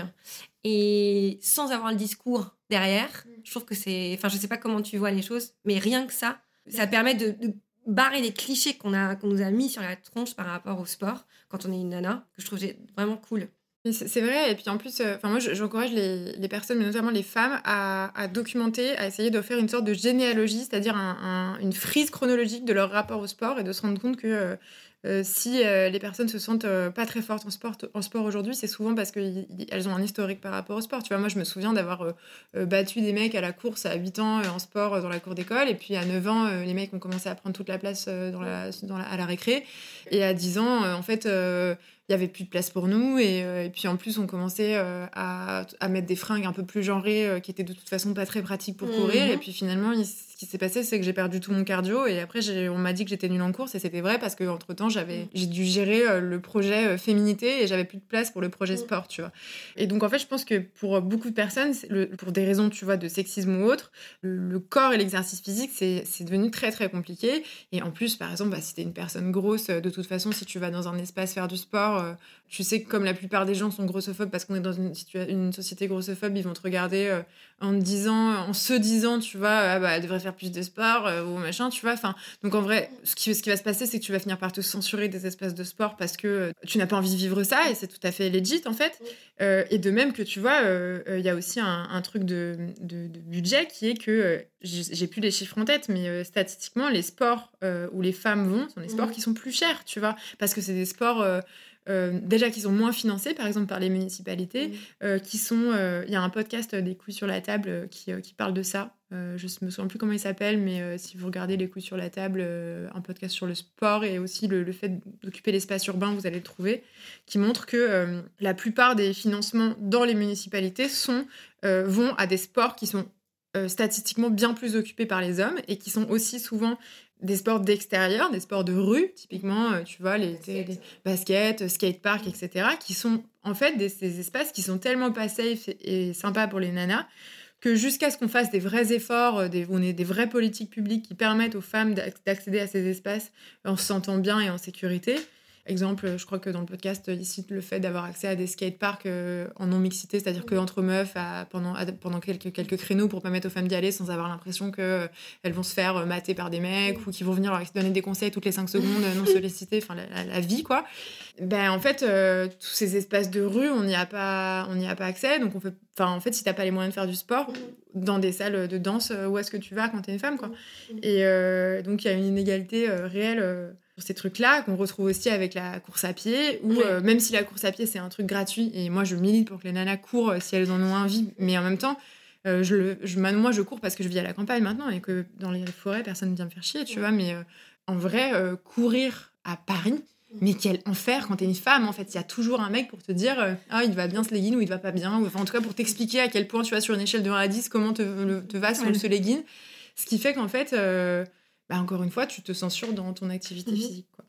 Et sans avoir le discours derrière, je trouve que c'est... Enfin, je sais pas comment tu vois les choses, mais rien que ça, ça permet de, de barrer les clichés qu'on a, qu'on nous a mis sur la tronche par rapport au sport, quand on est une nana, que je trouve vraiment cool. Mais C'est c'est vrai, et puis en plus, euh, enfin moi je- j'encourage les, les personnes, mais notamment les femmes, à, à documenter, à essayer de faire une sorte de généalogie, c'est-à-dire un- un- une frise chronologique de leur rapport au sport et de se rendre compte que euh, euh, si euh, les personnes se sentent euh, pas très fortes en sport, en sport aujourd'hui, c'est souvent parce qu'elles ont un historique par rapport au sport. Tu vois, moi je me souviens d'avoir euh, euh, battu des mecs à la course à huit ans euh, en sport euh, dans la cour d'école, et puis à neuf ans, euh, les mecs ont commencé à prendre toute la place euh, dans la, dans la- à la récré, et à dix ans, euh, en fait... euh, il y avait plus de place pour nous et, euh, et puis en plus on commençait euh, à, à mettre des fringues un peu plus genrées euh, qui étaient de toute façon pas très pratiques pour courir Mhm. et puis finalement il- ce qui s'est passé c'est que j'ai perdu tout mon cardio et après j'ai- on m'a dit que j'étais nulle en course et c'était vrai parce que entre temps j'avais j'ai dû gérer euh, le projet euh, féminité et j'avais plus de place pour le projet sport, tu vois. Et donc en fait je pense que pour beaucoup de personnes c'est le- pour des raisons tu vois de sexisme ou autre, le, le corps et l'exercice physique c'est c'est devenu très très compliqué. Et en plus, par exemple, bah, si t'es une personne grosse, euh, de toute façon, si tu vas dans un espace faire du sport, euh, tu sais que comme la plupart des gens sont grossophobes parce qu'on est dans une, situa- une société grossophobe, ils vont te regarder euh, en te disant, en se disant, tu vois, ah, bah, elle devrait faire plus de sport euh, ou machin, tu vois. Enfin, donc en vrai, ce qui, ce qui va se passer, c'est que tu vas finir par te censurer des espaces de sport parce que euh, tu n'as pas envie de vivre ça et c'est tout à fait legit en fait. Euh, et de même que tu vois, il euh, euh, y a aussi un, un truc de, de, de budget qui est que euh, j'ai j'ai plus les chiffres en tête, mais euh, statistiquement, les sports euh, où les femmes vont sont des sports Mhm. qui sont plus chers, tu vois, parce que c'est des sports euh, euh, déjà qui sont moins financés, par exemple par les municipalités, Mhm. euh, qui sont. euh, Il y a un podcast euh, des couilles sur la table euh, qui, euh, qui parle de ça. Euh, je me souviens plus comment il s'appelle, mais euh, si vous regardez les couilles sur la table, euh, un podcast sur le sport et aussi le, le fait d'occuper l'espace urbain, vous allez le trouver, qui montre que euh, la plupart des financements dans les municipalités sont, euh, vont à des sports qui sont euh, statistiquement bien plus occupés par les hommes et qui sont aussi souvent des sports d'extérieur, des sports de rue, typiquement, euh, tu vois, les, Basket. les baskets, skatepark, et cetera, qui sont en fait des, des espaces qui sont tellement pas safe et, et sympas pour les nanas que jusqu'à ce qu'on fasse des vrais efforts, euh, des, on ait des vraies politiques publiques qui permettent aux femmes d'ac- d'accéder à ces espaces en se sentant bien et en sécurité. Exemple, je crois que dans le podcast, il cite le fait d'avoir accès à des skateparks euh, en non-mixité, c'est-à-dire qu'entre meufs, à, pendant, à- pendant quelques, quelques créneaux pour permettre aux femmes d'y aller sans avoir l'impression qu'elles vont se faire euh, mater par des mecs ou qu'ils vont venir leur donner des conseils toutes les cinq secondes, euh, non sollicités, enfin la, la- la vie, quoi. Ben, en fait, euh, tous ces espaces de rue, on n'y a pas, on n'y a pas accès. Donc, on fait, enfin, en fait, si t'as pas les moyens de faire du sport dans des salles de danse, euh, où est-ce que tu vas quand t'es une femme, quoi. Et euh, donc, il y a une inégalité euh, réelle euh, sur ces trucs-là qu'on retrouve aussi avec la course à pied, où Oui. euh, même si la course à pied c'est un truc gratuit, et moi je milite pour que les nanas courent euh, si elles en ont envie, mais en même temps, euh, je le, je, moi je cours parce que je vis à la campagne maintenant et que dans les forêts personne ne vient me faire chier, tu Ouais. vois. Mais euh, en vrai, euh, courir à Paris. Mais quel enfer quand t'es une femme, en fait. Il y a toujours un mec pour te dire euh, ah, il va bien ce legging ou il va pas bien. Ou, enfin, en tout cas, pour t'expliquer à quel point, tu vois, sur une échelle de un à dix, comment te, le- te va Ouais. ce legging. Ce qui fait qu'en fait, euh, bah, encore une fois, tu te censures dans ton activité Mhm. physique, quoi.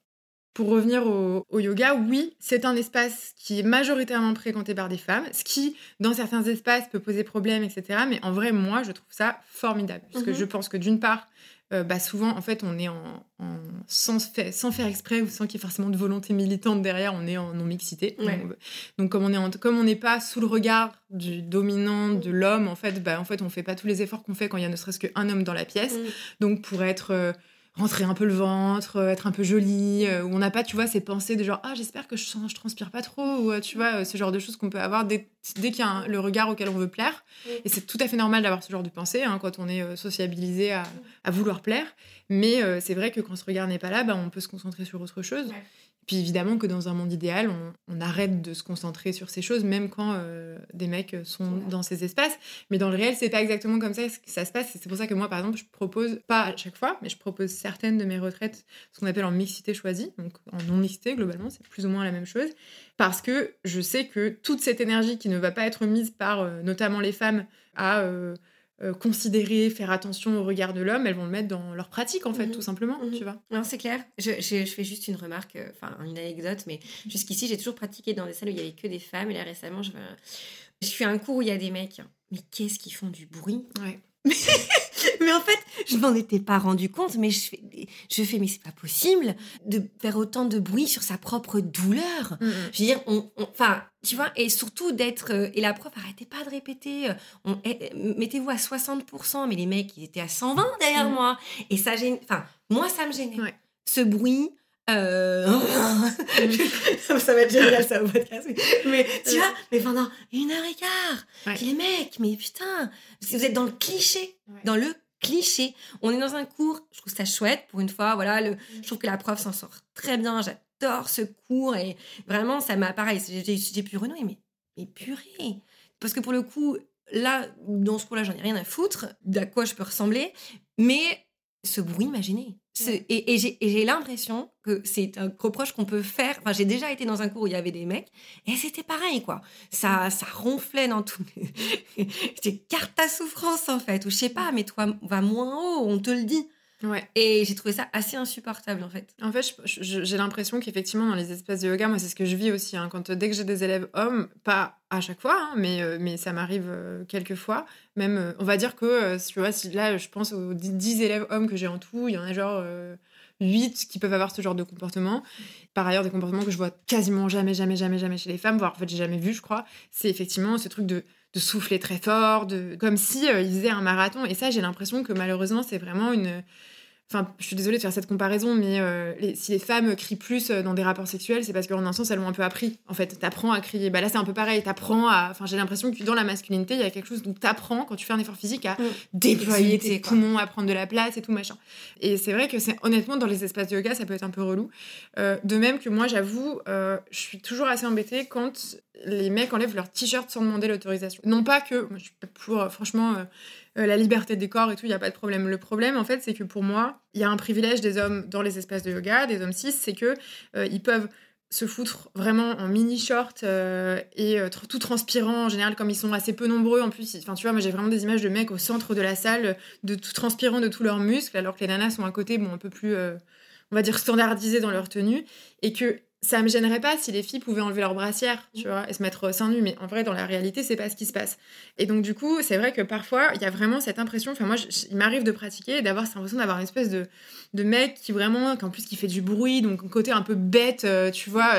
Pour revenir au, au yoga, oui, c'est un espace qui est majoritairement fréquenté par des femmes, ce qui, dans certains espaces, peut poser problème, et cetera. Mais en vrai, moi, je trouve ça formidable. Parce que Mhm. je pense que d'une part, euh, bah souvent, en fait, on est en, en sans, fait, sans faire exprès ou sans qu'il y ait forcément de volonté militante derrière, on est en non-mixité. Ouais. Donc, donc, comme on est en, comme on n'est pas sous le regard du dominant, de l'homme, en fait, bah, en fait, on fait pas tous les efforts qu'on fait quand il y a ne serait-ce qu'un homme dans la pièce. Mhm. Donc, pour être... Euh, rentrer un peu le ventre, euh, être un peu jolie, euh, où on n'a pas, tu vois, ces pensées de genre « Ah, j'espère que je, je transpire pas trop », ou euh, tu vois, euh, ce genre de choses qu'on peut avoir dès, dès qu'il y a un, le regard auquel on veut plaire. Oui. Et c'est tout à fait normal d'avoir ce genre de pensée, hein, quand on est euh, sociabilisé à, à vouloir plaire. Mais euh, c'est vrai que quand ce regard n'est pas là, bah, on peut se concentrer sur autre chose. Ouais. Puis évidemment que dans un monde idéal, on, on arrête de se concentrer sur ces choses, même quand euh, des mecs sont ouais. dans ces espaces. Mais dans le réel, c'est pas exactement comme ça que ça se passe. Et c'est pour ça que moi, par exemple, je propose, pas à chaque fois, mais je propose certaines de mes retraites, ce qu'on appelle en mixité choisie, donc en non-mixité, globalement, c'est plus ou moins la même chose. Parce que je sais que toute cette énergie qui ne va pas être mise par euh, notamment les femmes à... Euh, Euh, considérer, faire attention au regard de l'homme, elles vont le mettre dans leur pratique, en fait, mmh. tout simplement, mmh. tu vois. Non, c'est clair. Je, je, je fais juste une remarque, enfin, euh, une anecdote, mais jusqu'ici, j'ai toujours pratiqué dans des salles où il n'y avait que des femmes, et là, récemment, je, je fais un cours où il y a des mecs. Mais qu'est-ce qu'ils font du bruit? Ouais. Mais en fait, je m'en étais pas rendu compte, mais je fais, je fais mais c'est pas possible de faire autant de bruit sur sa propre douleur. Mm-hmm. Je veux dire, on, enfin, tu vois, et surtout d'être... Euh, et la prof, arrêtez pas de répéter, euh, on, eh, mettez-vous à soixante pour cent, mais les mecs, ils étaient à cent vingt derrière mm-hmm. moi. Et ça gêne... Enfin, moi, ça me gênait. Ouais. Ce bruit... Euh... ça va être génial ça au podcast mais tu vois mais pendant une heure et quart ouais. Puis les mecs mais putain vous êtes dans le cliché ouais. dans le cliché on est dans un cours je trouve ça chouette pour une fois voilà le... je trouve que la prof s'en sort très bien j'adore ce cours et vraiment ça m'a pareil j'ai, j'ai pu renouer mais, mais purée parce que pour le coup là dans ce cours là j'en ai rien à foutre d'à quoi je peux ressembler mais ce bruit m'a gênée. Ouais. Et, et, j'ai, et j'ai l'impression que c'est un reproche qu'on peut faire. Enfin, j'ai déjà été dans un cours où il y avait des mecs et c'était pareil, quoi. Ça, ça ronflait dans tout. C'était carte à souffrance, en fait. Ou je sais pas, mais toi, va moins haut, on te le dit. Ouais. Et j'ai trouvé ça assez insupportable, en fait. En fait, je, je, j'ai l'impression qu'effectivement, dans les espaces de yoga, moi, c'est ce que je vis aussi. Hein, quand, dès que j'ai des élèves hommes, pas à chaque fois, hein, mais, euh, mais ça m'arrive euh, quelques fois. Même, euh, on va dire que, euh, tu vois, si là, je pense aux dix élèves hommes que j'ai en tout, il y en a genre euh, huit qui peuvent avoir ce genre de comportement. Par ailleurs, des comportements que je vois quasiment jamais, jamais, jamais, jamais chez les femmes, voire en fait, j'ai jamais vu, je crois. C'est effectivement ce truc de... de souffler très fort, de... comme si euh, ils faisaient un marathon. Et ça, j'ai l'impression que malheureusement, c'est vraiment une... Enfin, je suis désolée de faire cette comparaison, mais euh, les, si les femmes crient plus dans des rapports sexuels, c'est parce qu'en un sens, elles l'ont un peu appris. En fait, t'apprends à crier. Bah là, c'est un peu pareil. T'apprends à... Enfin, j'ai l'impression que dans la masculinité, il y a quelque chose où t'apprends, quand tu fais un effort physique, à mmh. déployer tes poumons, à prendre de la place et tout, machin. Et c'est vrai que, c'est honnêtement, dans les espaces de yoga, ça peut être un peu relou. Euh, de même que moi, j'avoue, euh, je suis toujours assez embêtée quand les mecs enlèvent leur t-shirt sans demander l'autorisation. Non pas que... Moi, je suis pour, euh, franchement... Euh, Euh, la liberté des corps et tout, il n'y a pas de problème. Le problème, en fait, c'est que pour moi, il y a un privilège des hommes dans les espaces de yoga, des hommes cis, c'est que euh, ils peuvent se foutre vraiment en mini-short euh, et euh, tout transpirant, en général, comme ils sont assez peu nombreux. En plus, enfin, tu vois, moi, j'ai vraiment des images de mecs au centre de la salle, de tout transpirant de tous leurs muscles, alors que les nanas sont à côté, bon, un peu plus, euh, on va dire, standardisées dans leur tenue, et que ça me gênerait pas si les filles pouvaient enlever leurs brassières, tu vois, et se mettre seins nus, mais en vrai, dans la réalité, c'est pas ce qui se passe. Et donc, du coup, c'est vrai que parfois, il y a vraiment cette impression, enfin, moi, je, il m'arrive de pratiquer et d'avoir cette impression d'avoir une espèce de, de mec qui vraiment, qu'en plus, qui fait du bruit, donc un côté un peu bête, euh, tu vois,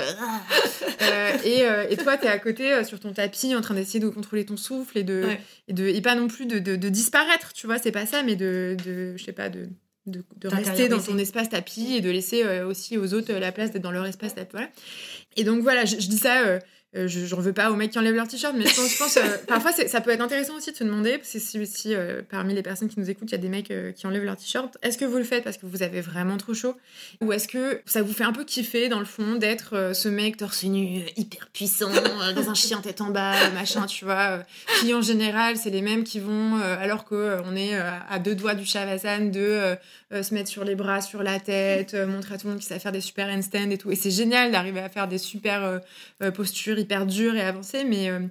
euh, et, euh, et toi, t'es à côté, euh, sur ton tapis, en train d'essayer de contrôler ton souffle et de, ouais. et, de, et pas non plus de, de, de disparaître, tu vois, c'est pas ça, mais de, de je sais pas, de... de, de rester dans ton espace tapis et de laisser euh, aussi aux autres euh, la place d'être dans leur espace tapis. Voilà. Et donc voilà, je, je dis ça, euh, euh, je, j'en veux pas aux mecs qui enlèvent leur t-shirt, mais je pense, je pense euh, parfois c'est, ça peut être intéressant aussi de se demander, parce que si, si euh, parmi les personnes qui nous écoutent, il y a des mecs euh, qui enlèvent leur t-shirt, est-ce que vous le faites parce que vous avez vraiment trop chaud, ou est-ce que ça vous fait un peu kiffer dans le fond d'être euh, ce mec torse nu, hyper puissant, euh, dans un chien tête en bas, machin, tu vois, euh, qui en général c'est les mêmes qui vont, euh, alors qu'on euh, est euh, à deux doigts du shavasana, de euh, euh, se mettre sur les bras, sur la tête, euh, montrer à tout le monde qu'ils savent faire des super handstands et tout, et c'est génial d'arriver à faire des super euh, euh, postures hyper dures et avancées, mais, euh,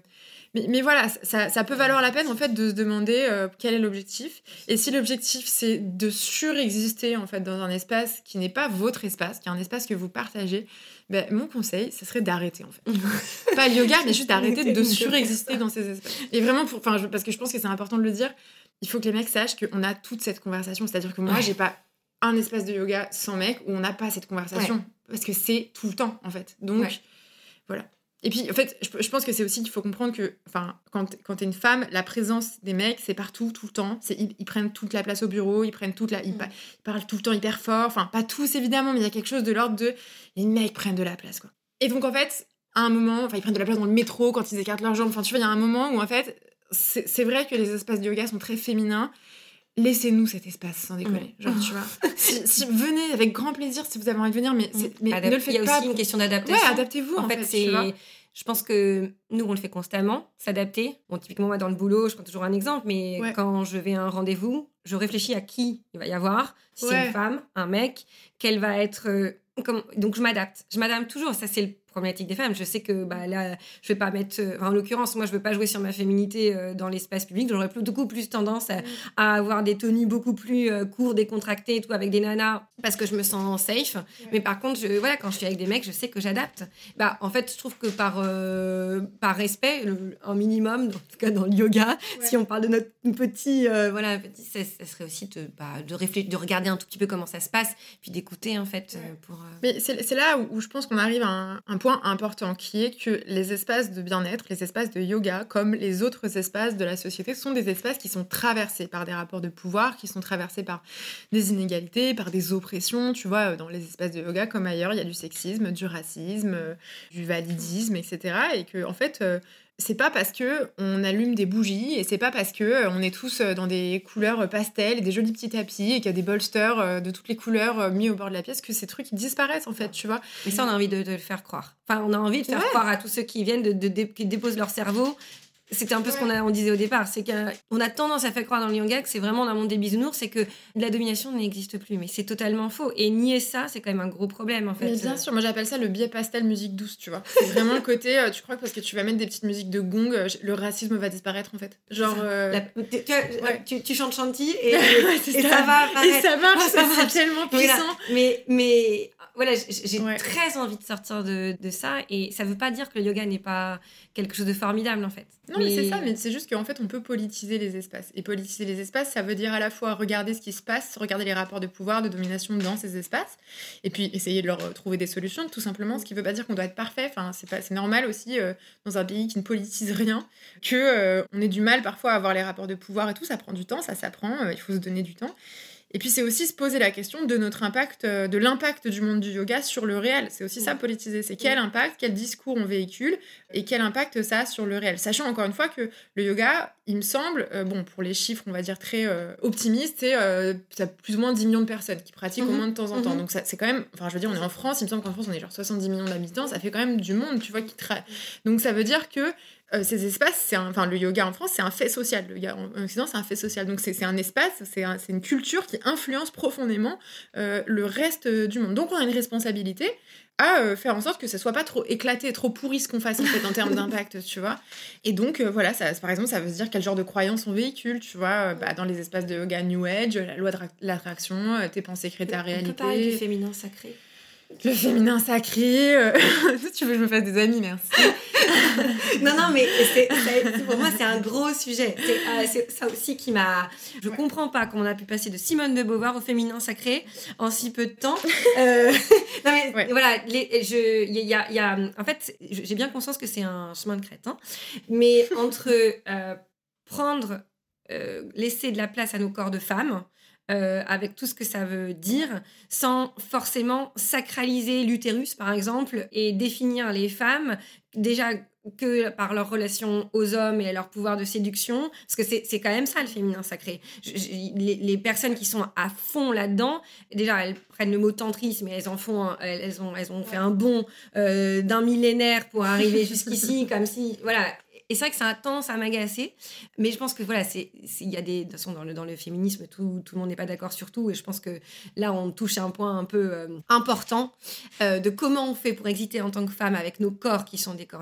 Mais, mais voilà, ça, ça peut valoir la peine en fait de se demander euh, quel est l'objectif. Et si l'objectif c'est de surexister en fait dans un espace qui n'est pas votre espace, qui est un espace que vous partagez, ben, mon conseil, ce serait d'arrêter en fait. Pas le yoga, mais juste d'arrêter de surexister dans ces espaces. Et vraiment, pour, enfin, parce que je pense que c'est important de le dire, il faut que les mecs sachent qu'on a toute cette conversation. C'est-à-dire que moi, ouais. j'ai pas un espace de yoga sans mec où on n'a pas cette conversation. Ouais. Parce que c'est tout le temps en fait. Donc, ouais. voilà. Et puis, en fait, je, je pense que c'est aussi qu'il faut comprendre que, enfin, quand, quand t'es une femme, la présence des mecs, c'est partout, tout le temps. C'est, ils, ils prennent toute la place au bureau, ils prennent toute la... Ils, mmh. ils parlent tout le temps hyper fort. Enfin, pas tous, évidemment, mais il y a quelque chose de l'ordre de... Les mecs prennent de la place, quoi. Et donc, en fait, à un moment... Enfin, ils prennent de la place dans le métro, quand ils écartent leurs jambes. Enfin, tu vois, il y a un moment où, en fait, c'est, c'est vrai que les espaces de yoga sont très féminins. Laissez-nous cet espace, sans déconner. Mmh. Genre, tu vois. si, si, venez avec grand plaisir si vous avez envie de venir, mais, c'est, mais Adap- ne le faites pas. Il y a pas aussi pour... une question d'adaptation. Ouais, adaptez-vous, en, en fait, fait c'est... tu vois. Je pense que nous, on le fait constamment, s'adapter. Bon, typiquement, moi, dans le boulot, je prends toujours un exemple, mais ouais. quand je vais à un rendez-vous, je réfléchis à qui il va y avoir, si ouais. c'est une femme, un mec, quelle va être... Euh, comme... Donc, je m'adapte. Je m'adapte toujours. Ça, c'est le problématique des femmes. Je sais que bah, là, je vais pas mettre... Enfin, en l'occurrence, moi, je veux pas jouer sur ma féminité euh, dans l'espace public. J'aurais plus, beaucoup plus tendance à, mmh. à avoir des tenues beaucoup plus euh, courtes, décontractées et tout, avec des nanas, parce que je me sens safe. Ouais. Mais par contre, je, voilà, quand je suis avec des mecs, je sais que j'adapte. Bah, en fait, je trouve que par, euh, par respect, le, un minimum, en tout cas dans le yoga, ouais. si on parle de notre petit... Euh, voilà, petit ça, ça serait aussi de, bah, de, réfléchir, de regarder un tout petit peu comment ça se passe, puis d'écouter, en fait. Ouais. Pour, euh... Mais c'est, c'est là où, où je pense qu'on arrive à un, un point important, qui est que les espaces de bien-être, les espaces de yoga, comme les autres espaces de la société, sont des espaces qui sont traversés par des rapports de pouvoir, qui sont traversés par des inégalités, par des oppressions. Tu vois, dans les espaces de yoga, comme ailleurs, il y a du sexisme, du racisme, du validisme, et cetera. Et que, en fait... Euh, c'est pas parce que on allume des bougies et c'est pas parce que euh, on est tous dans des couleurs pastel et des jolis petits tapis et qu'il y a des bolsters euh, de toutes les couleurs euh, mis au bord de la pièce que ces trucs ils disparaissent en fait, tu vois. Mais ça on a envie de, de le faire croire. Enfin on a envie de faire ouais. croire à tous ceux qui viennent de, de, de qui déposent leur cerveau. C'était un peu ouais. ce qu'on a, on disait au départ, c'est qu'on a tendance à faire croire dans le yoga que c'est vraiment dans le monde des bisounours, c'est que la domination n'existe plus, mais c'est totalement faux. Et nier ça, c'est quand même un gros problème, en fait. Mais bien sûr, moi j'appelle ça le biais pastel musique douce, tu vois. C'est vraiment le côté, euh, tu crois que parce que tu vas mettre des petites musiques de gong, euh, le racisme va disparaître, en fait. Genre... Euh... La, tu, tu, ouais. tu, tu chantes Chanty et, et, et ça. ça va apparaître. Et ça marche, ça c'est marche. Tellement puissant. Voilà. Mais, mais voilà, j'ai ouais. très envie de sortir de, de ça, et ça veut pas dire que le yoga n'est pas quelque chose de formidable, en fait. Non, mais, mais c'est ça, mais c'est juste qu'en fait, on peut politiser les espaces. Et politiser les espaces, ça veut dire à la fois regarder ce qui se passe, regarder les rapports de pouvoir, de domination dans ces espaces, et puis essayer de leur trouver des solutions, tout simplement, ce qui veut pas dire qu'on doit être parfait. Enfin, c'est, pas, c'est normal aussi, euh, dans un pays qui ne politise rien, qu'on euh, ait du mal parfois à avoir les rapports de pouvoir et tout, ça prend du temps, ça s'apprend, euh, il faut se donner du temps. Et puis c'est aussi se poser la question de notre impact, de l'impact du monde du yoga sur le réel. C'est aussi ça, politiser. C'est quel impact, quel discours on véhicule et quel impact ça a sur le réel. Sachant encore une fois que le yoga, il me semble, euh, bon, pour les chiffres, on va dire très euh, optimistes, c'est euh, ça a plus ou moins dix millions de personnes qui pratiquent mm-hmm. au moins de temps en temps. Mm-hmm. Donc ça, c'est quand même, enfin je veux dire, on est en France, il me semble qu'en France on est genre soixante-dix millions d'habitants, ça fait quand même du monde, tu vois, qui tra... Donc ça veut dire que Euh, ces espaces, c'est un, enfin le yoga en France, c'est un fait social. Le yoga en Occident, c'est un fait social. Donc c'est, c'est un espace, c'est, un, c'est une culture qui influence profondément euh, le reste du monde. Donc on a une responsabilité à euh, faire en sorte que ça soit pas trop éclaté, trop pourri ce qu'on fasse en fait en termes d'impact, tu vois. Et donc euh, voilà, ça, par exemple, ça veut se dire quel genre de croyances on véhicule, tu vois. Euh, bah, dans les espaces de yoga New Age, la loi de ra- l'attraction, euh, tes pensées créent ta réalité. On peut parler du féminin sacré. Le féminin sacré. Euh... tu veux que je me fasse des amis, merci. non, non, mais c'est, c'est, pour moi, c'est un gros sujet. C'est, euh, c'est ça aussi qui m'a... Je ouais. comprends pas comment on a pu passer de Simone de Beauvoir au féminin sacré en si peu de temps. Euh... non, mais ouais. voilà, il y a, y a... En fait, j'ai bien conscience que c'est un chemin de crête. Hein, mais entre euh, prendre... Euh, laisser de la place à nos corps de femmes... Euh, avec tout ce que ça veut dire, sans forcément sacraliser l'utérus, par exemple, et définir les femmes, déjà que par leur relation aux hommes et leur pouvoir de séduction, parce que c'est, c'est quand même ça, le féminin sacré. Je, je, les, les personnes qui sont à fond là-dedans, déjà, elles prennent le mot tantrisme, mais elles en font, un, elles, elles, ont, elles ont fait un bond euh, d'un millénaire pour arriver jusqu'ici, comme si, voilà... Et c'est vrai que ça a tendance à m'agacer, mais je pense que voilà, c'est, c'est, y a des, de toute façon, dans le, dans le féminisme, tout, tout le monde n'est pas d'accord sur tout, et je pense que là, on touche à un point un peu euh, important euh, de comment on fait pour exister en tant que femme avec nos corps qui sont des corps de femmes, avec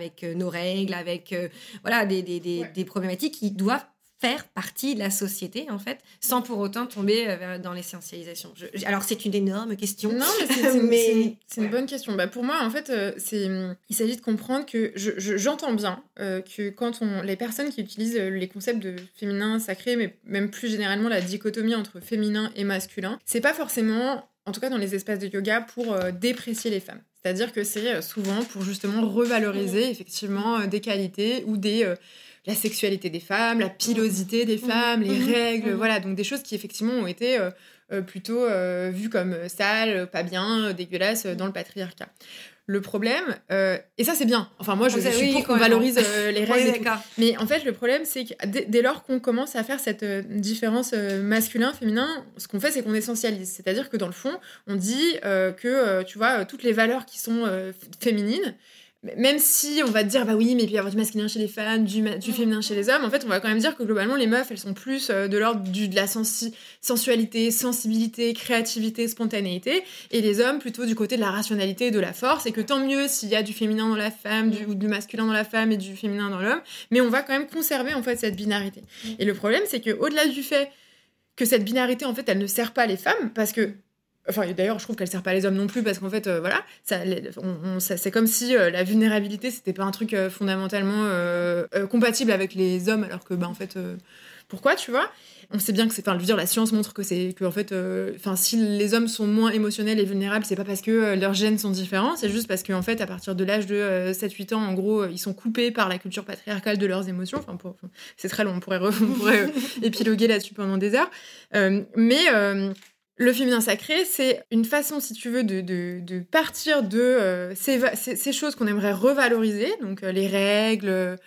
avec euh, nos règles, avec euh, voilà, des, des, des, ouais. des problématiques qui doivent faire partie de la société, en fait, sans pour autant tomber euh, dans l'essentialisation. Je, alors, c'est une énorme question. Non, mais c'est, c'est, mais... c'est, une, c'est une ouais. bonne question. Bah, pour moi, en fait, euh, c'est, il s'agit de comprendre que je, je, j'entends bien euh, que quand on, les personnes qui utilisent les concepts de féminin sacré, mais même plus généralement la dichotomie entre féminin et masculin, c'est pas forcément, en tout cas dans les espaces de yoga, pour euh, déprécier les femmes. C'est-à-dire que c'est souvent pour justement revaloriser effectivement euh, des qualités ou des... Euh, la sexualité des femmes, la pilosité des femmes, les mmh, règles, mmh. voilà, donc des choses qui effectivement ont été euh, euh, plutôt euh, vues comme sales, pas bien, dégueulasses euh, dans le patriarcat. Le problème, euh, et ça c'est bien, enfin moi je, je suis oui, pour qu'on valorise euh, les règles, oui, mais en fait le problème c'est que dès, dès lors qu'on commence à faire cette euh, différence euh, masculin-féminin, ce qu'on fait c'est qu'on essentialise, c'est-à-dire que dans le fond on dit euh, que euh, tu vois toutes les valeurs qui sont euh, féminines, même si on va te dire bah oui mais il peut y avoir du masculin chez les femmes, du, ma- du féminin chez les hommes, en fait on va quand même dire que globalement les meufs elles sont plus euh, de l'ordre du, de la sensi- sensualité, sensibilité, créativité, spontanéité, et les hommes plutôt du côté de la rationalité et de la force, et que tant mieux s'il y a du féminin dans la femme, du, ou du masculin dans la femme et du féminin dans l'homme, mais on va quand même conserver en fait cette binarité. Et le problème c'est que au-delà du fait que cette binarité en fait elle ne sert pas les femmes, parce que Enfin, d'ailleurs, je trouve qu'elle sert pas les hommes non plus, parce qu'en fait, euh, voilà, ça, on, on, ça, c'est comme si euh, la vulnérabilité, c'était pas un truc euh, fondamentalement euh, euh, compatible avec les hommes, alors que, bah, en fait, euh, pourquoi, tu vois ? On sait bien que c'est, enfin, je veux dire, la science montre que c'est, que, en fait, enfin, euh, si les hommes sont moins émotionnels et vulnérables, c'est pas parce que euh, leurs gènes sont différents, c'est juste parce qu'en fait, à partir de l'âge de euh, sept huit ans, en gros, euh, ils sont coupés par la culture patriarcale de leurs émotions. Enfin, pour, enfin c'est très long, on pourrait, re, on pourrait euh, épiloguer là-dessus pendant des heures. Euh, mais euh, le féminin sacré, c'est une façon, si tu veux, de, de, de partir de euh, ces, ces, ces choses qu'on aimerait revaloriser, donc euh, les règles,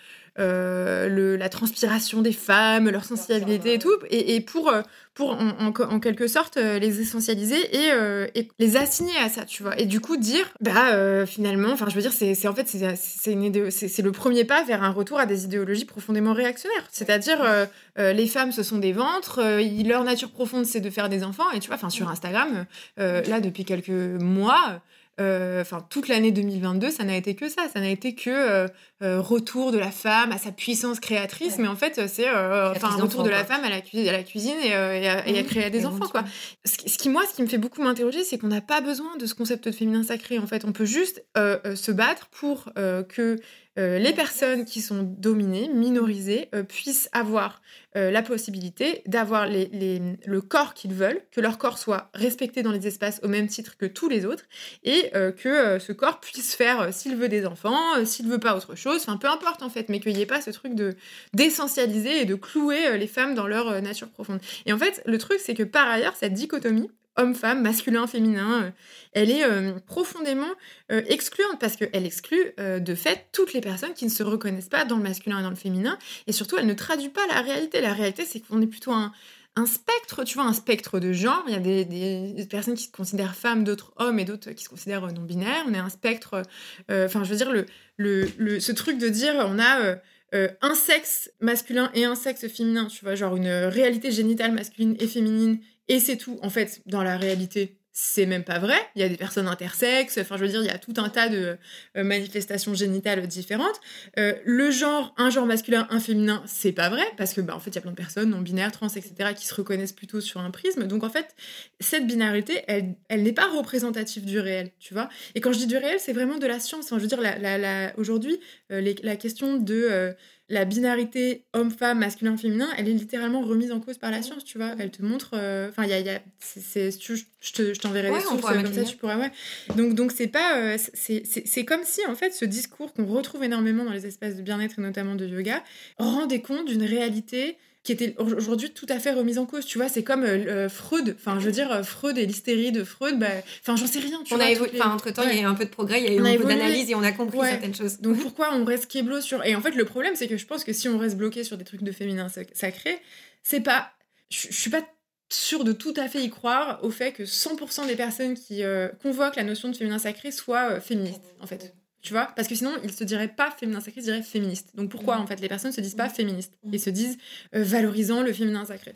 euh, le, la transpiration des femmes, leur sensibilité et tout, et, et pour, pour en, en, en quelque sorte les essentialiser et, euh, et les assigner à ça, tu vois. Et du coup dire, bah euh, finalement, enfin je veux dire, c'est, c'est en fait c'est, c'est, une idée, c'est, c'est le premier pas vers un retour à des idéologies profondément réactionnaires. C'est-à-dire euh, euh, les femmes ce sont des ventres, euh, leur nature profonde c'est de faire des enfants, et tu vois, enfin sur Instagram, euh, là depuis quelques mois. Enfin, euh, toute l'année deux mille vingt-deux, ça n'a été que ça. Ça n'a été que euh, euh, retour de la femme à sa puissance créatrice, ouais. mais en fait, c'est euh, enfin un retour de la femme à la, cu- à la cuisine et, euh, et, à, mmh, et à créer des enfants, quoi. Ce qui, ce qui, moi, ce qui me fait beaucoup m'interroger, c'est qu'on n'a pas besoin de ce concept de féminin sacré. En fait, on peut juste euh, euh, se battre pour euh, que Euh, les personnes qui sont dominées, minorisées, euh, puissent avoir euh, la possibilité d'avoir les, les, le corps qu'ils veulent, que leur corps soit respecté dans les espaces au même titre que tous les autres, et euh, que euh, ce corps puisse faire, euh, s'il veut des enfants, euh, s'il veut pas autre chose, enfin peu importe en fait, mais qu'il n'y ait pas ce truc de d'essentialiser et de clouer euh, les femmes dans leur euh, nature profonde. Et en fait, le truc, c'est que par ailleurs, cette dichotomie, homme-femme, masculin-féminin, euh, elle est euh, profondément euh, excluante, parce qu'elle exclut euh, de fait toutes les personnes qui ne se reconnaissent pas dans le masculin et dans le féminin, et surtout elle ne traduit pas la réalité. La réalité, c'est qu'on est plutôt un, un spectre, tu vois, un spectre de genre. Il y a des, des, des personnes qui se considèrent femmes, d'autres hommes, et d'autres qui se considèrent non-binaires. On est un spectre, enfin euh, je veux dire, le, le, le, ce truc de dire on a... Euh, Euh, un sexe masculin et un sexe féminin, tu vois, genre une réalité génitale masculine et féminine, et c'est tout. En fait, dans la réalité, c'est même pas vrai. Il y a des personnes intersexes, enfin, je veux dire, il y a tout un tas de euh, manifestations génitales différentes. Euh, le genre, un genre masculin, un féminin, c'est pas vrai, parce que, bah, en fait, il y a plein de personnes non-binaires, trans, et cetera, qui se reconnaissent plutôt sur un prisme. Donc, en fait, cette binarité, elle, elle n'est pas représentative du réel, tu vois. Et quand je dis du réel, c'est vraiment de la science. Enfin, je veux dire, la, la, la, aujourd'hui, euh, les, la question de... Euh, la binarité homme-femme, masculin-féminin, elle est littéralement remise en cause par la science, tu vois. Elle te montre... Enfin, euh, il y a... Y a c'est, c'est, tu, je, te, je t'enverrai ouais, les sources, comme ça, tu pourras... Ouais. Donc, donc c'est pas... Euh, c'est, c'est, c'est comme si, en fait, ce discours qu'on retrouve énormément dans les espaces de bien-être, et notamment de yoga, rendait compte d'une réalité qui était aujourd'hui tout à fait remise en cause, tu vois. C'est comme euh, Freud, enfin, je veux dire, Freud et l'hystérie de Freud, bah, enfin, j'en sais rien, tu on vois. A évolu- les... Entre-temps, ouais. il y a eu un peu de progrès, il y a eu on un peu évolué. D'analyse et on a compris ouais. certaines choses. Donc, pourquoi on reste kéblo sur... Et en fait, le problème, c'est que je pense que si on reste bloqué sur des trucs de féminin sacré, c'est pas... Je suis pas sûre de tout à fait y croire au fait que cent pour cent des personnes qui euh, convoquent la notion de féminin sacré soient euh, féministes, en fait. Tu vois, parce que sinon, ils se diraient pas féminin sacré, ils se diraient féministe. Donc pourquoi, en fait, les personnes se disent pas féministes et se disent euh, valorisant le féminin sacré?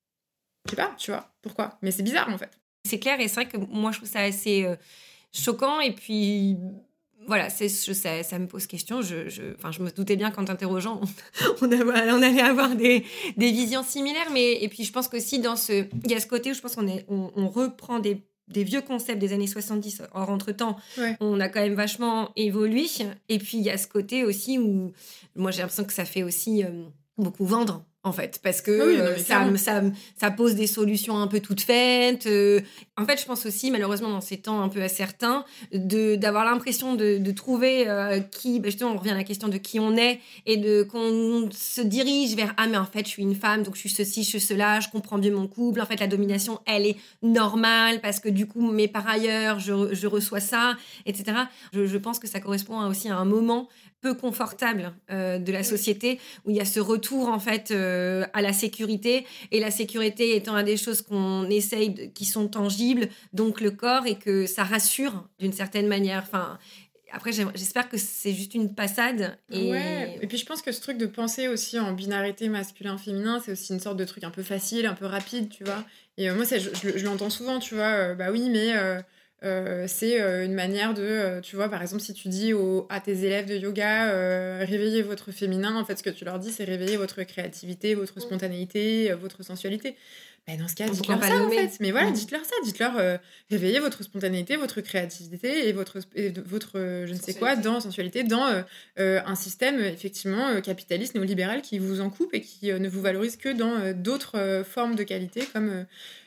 Je sais pas, tu vois, pourquoi? Mais c'est bizarre, en fait. C'est clair, et c'est vrai que moi, je trouve ça assez euh, choquant, et puis... voilà, c'est, je sais, ça me pose question. Je, je, enfin, je me doutais bien qu'en t'interrogeant, on, on, on allait avoir des, des visions similaires. Mais, et puis, je pense qu'aussi, dans ce, il y a ce côté où je pense qu'on est, on, on reprend des, des vieux concepts des années soixante-dix. Or, entre-temps, ouais. on a quand même vachement évolué. Et puis, il y a ce côté aussi où, moi, j'ai l'impression que ça fait aussi euh, beaucoup vendre. En fait, parce que oui, non, euh, ça, ça, ça pose des solutions un peu toutes faites. Euh, en fait, je pense aussi, malheureusement, dans ces temps un peu incertains, de, d'avoir l'impression de, de trouver euh, qui... Ben justement, on revient à la question de qui on est et de, qu'on se dirige vers « Ah, mais en fait, je suis une femme, donc je suis ceci, je suis cela, je comprends mieux mon couple. En fait, la domination, elle est normale parce que du coup, mais par ailleurs, je, je reçois ça, et cetera » Je, je pense que ça correspond aussi à un moment peu confortable euh, de la société où il y a ce retour, en fait... Euh, à la sécurité, et la sécurité étant une des choses qu'on essaye, de, qui sont tangibles, donc le corps, et que ça rassure d'une certaine manière. Enfin, après, j'espère que c'est juste une passade. Et... Ouais, et puis je pense que ce truc de penser aussi en binarité masculin-féminin, c'est aussi une sorte de truc un peu facile, un peu rapide, tu vois. Et euh, moi, ça, je, je, je l'entends souvent, tu vois, euh, bah oui, mais... Euh, Euh, c'est euh, une manière de, euh, tu vois, par exemple, si tu dis aux, à tes élèves de yoga, euh, réveillez votre féminin, en fait, ce que tu leur dis, c'est réveiller votre créativité, votre spontanéité, euh, votre sensualité. Ben, dans ce cas, dites-leur ça, en fait. Mais voilà, mmh. dites-leur ça. Dites-leur, euh, réveillez votre spontanéité, votre créativité et votre, et votre euh, je ne sais quoi, dans sensualité, dans euh, euh, un système, effectivement, euh, capitaliste, néolibéral, qui vous en coupe et qui euh, ne vous valorise que dans euh, d'autres euh, formes de qualité, comme... Euh,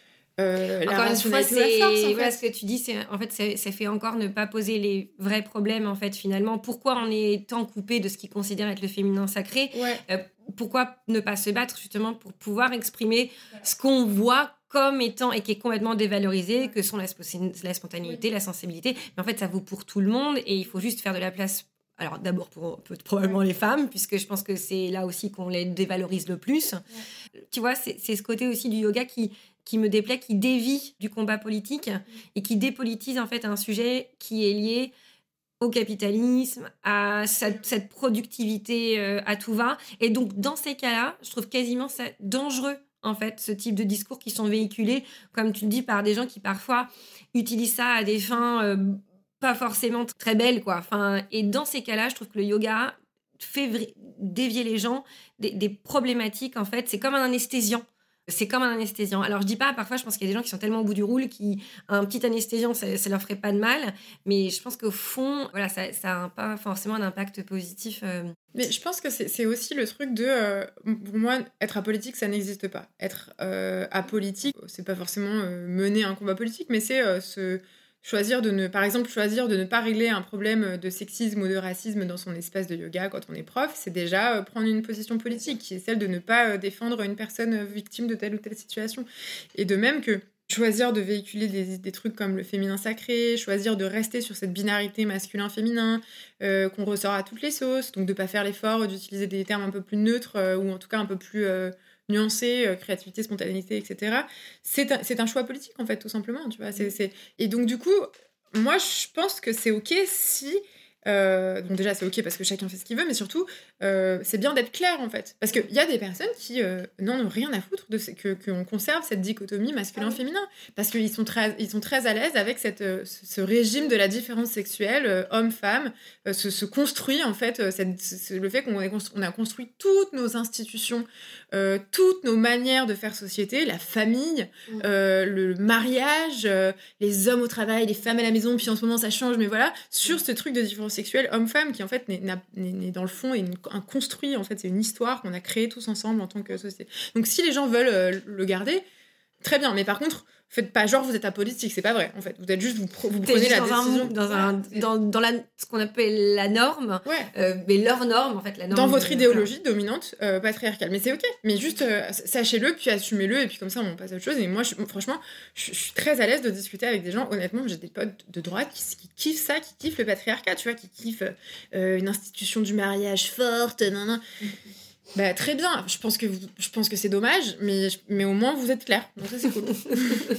Euh, la encore une fois, c'est la force, en fait. Voilà, ce que tu dis, c'est en fait, ça, ça fait encore ne pas poser les vrais problèmes, en fait, finalement. Pourquoi on est tant coupé de ce qu'ils considèrent être le féminin sacré ? Ouais. euh, Pourquoi ne pas se battre justement pour pouvoir exprimer ce qu'on voit comme étant et qui est complètement dévalorisé, que sont la, la spontanéité, la sensibilité. Mais en fait, ça vaut pour tout le monde et il faut juste faire de la place. Alors d'abord pour probablement les femmes, puisque je pense que c'est là aussi qu'on les dévalorise le plus. Ouais. Tu vois, c'est, c'est ce côté aussi du yoga qui, qui me déplaît, qui dévie du combat politique et qui dépolitise en fait un sujet qui est lié au capitalisme, à cette, cette productivité euh, à tout va. Et donc dans ces cas-là, je trouve quasiment ça dangereux en fait, ce type de discours qui sont véhiculés, comme tu le dis, par des gens qui parfois utilisent ça à des fins... Euh, pas forcément très belle, quoi. Enfin, et dans ces cas-là, je trouve que le yoga fait v- dévier les gens des, des problématiques, en fait. C'est comme un anesthésiant. C'est comme un anesthésiant. Alors, je dis pas, parfois, je pense qu'il y a des gens qui sont tellement au bout du roule qui, un petit anesthésiant, ça, ça leur ferait pas de mal. Mais je pense qu'au fond, voilà, ça, ça a pas forcément un impact positif. Euh... Mais je pense que c'est, c'est aussi le truc de... Euh, pour moi, être apolitique, ça n'existe pas. Être euh, apolitique, c'est pas forcément euh, mener un combat politique, mais c'est euh, se... choisir de ne, par exemple, choisir de ne pas régler un problème de sexisme ou de racisme dans son espace de yoga quand on est prof, c'est déjà prendre une position politique, qui est celle de ne pas défendre une personne victime de telle ou telle situation. Et de même que choisir de véhiculer des, des trucs comme le féminin sacré, choisir de rester sur cette binarité masculin-féminin euh, qu'on ressort à toutes les sauces, donc de ne pas faire l'effort d'utiliser des termes un peu plus neutres euh, ou en tout cas un peu plus... Euh, nuancé, euh, créativité, spontanéité, et cetera. C'est un, c'est un choix politique, en fait, tout simplement, tu vois. C'est, c'est... Et donc, du coup, moi, je pense que c'est OK si... Euh, bon, déjà, c'est OK parce que chacun fait ce qu'il veut, mais surtout, euh, c'est bien d'être clair, en fait. Parce qu'il y a des personnes qui euh, n'en ont rien à foutre de ce, que, qu'on conserve cette dichotomie masculin-féminin. Parce qu'ils sont très, ils sont très à l'aise avec cette, euh, ce régime de la différence sexuelle, euh, homme-femme, euh, se, se construit, en fait, euh, cette, ce, le fait qu'on ait constru- on a construit toutes nos institutions, euh, toutes nos manières de faire société, la famille, euh, le mariage, euh, les hommes au travail, les femmes à la maison, puis en ce moment, ça change, mais voilà, sur ce truc de différence sexuelle homme-femme qui en fait n'est, n'est, n'est dans le fond est une, un construit, en fait c'est une histoire qu'on a créée tous ensemble en tant que société. Donc si les gens veulent euh, le garder, très bien, mais par contre faites pas genre vous êtes apolitique, c'est pas vrai en fait, vous êtes juste vous, vous prenez la dans décision un, dans, un, dans, dans la, ce qu'on appelle la norme, ouais. euh, mais leur norme en fait, la norme dans votre de, idéologie voilà. dominante euh, patriarcale, mais c'est ok, mais juste euh, sachez-le puis assumez-le et puis comme ça on passe à autre chose. Et moi je, franchement je, je suis très à l'aise de discuter avec des gens, honnêtement j'ai des potes de droite qui, qui kiffent ça, qui kiffent le patriarcat, tu vois, qui kiffent euh, une institution du mariage forte, nan, nan. Bah, très bien, je pense que, vous, je pense que c'est dommage, mais, mais au moins vous êtes clair. Donc ça, c'est cool.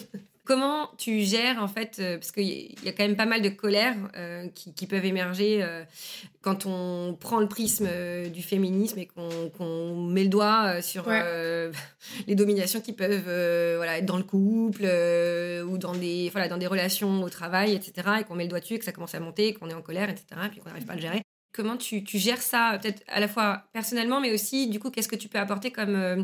Comment tu gères, en fait, euh, parce qu'il y, y a quand même pas mal de colères euh, qui, qui peuvent émerger euh, quand on prend le prisme euh, du féminisme et qu'on, qu'on met le doigt euh, sur Ouais. euh, les dominations qui peuvent euh, voilà, être dans le couple euh, ou dans des, voilà, dans des relations au travail, et cetera. Et qu'on met le doigt dessus et que ça commence à monter, qu'on est en colère, et cetera. Et puis qu'on n'arrive pas à le gérer. Comment tu, tu gères ça, peut-être à la fois personnellement, mais aussi, du coup, qu'est-ce que tu peux apporter comme... euh,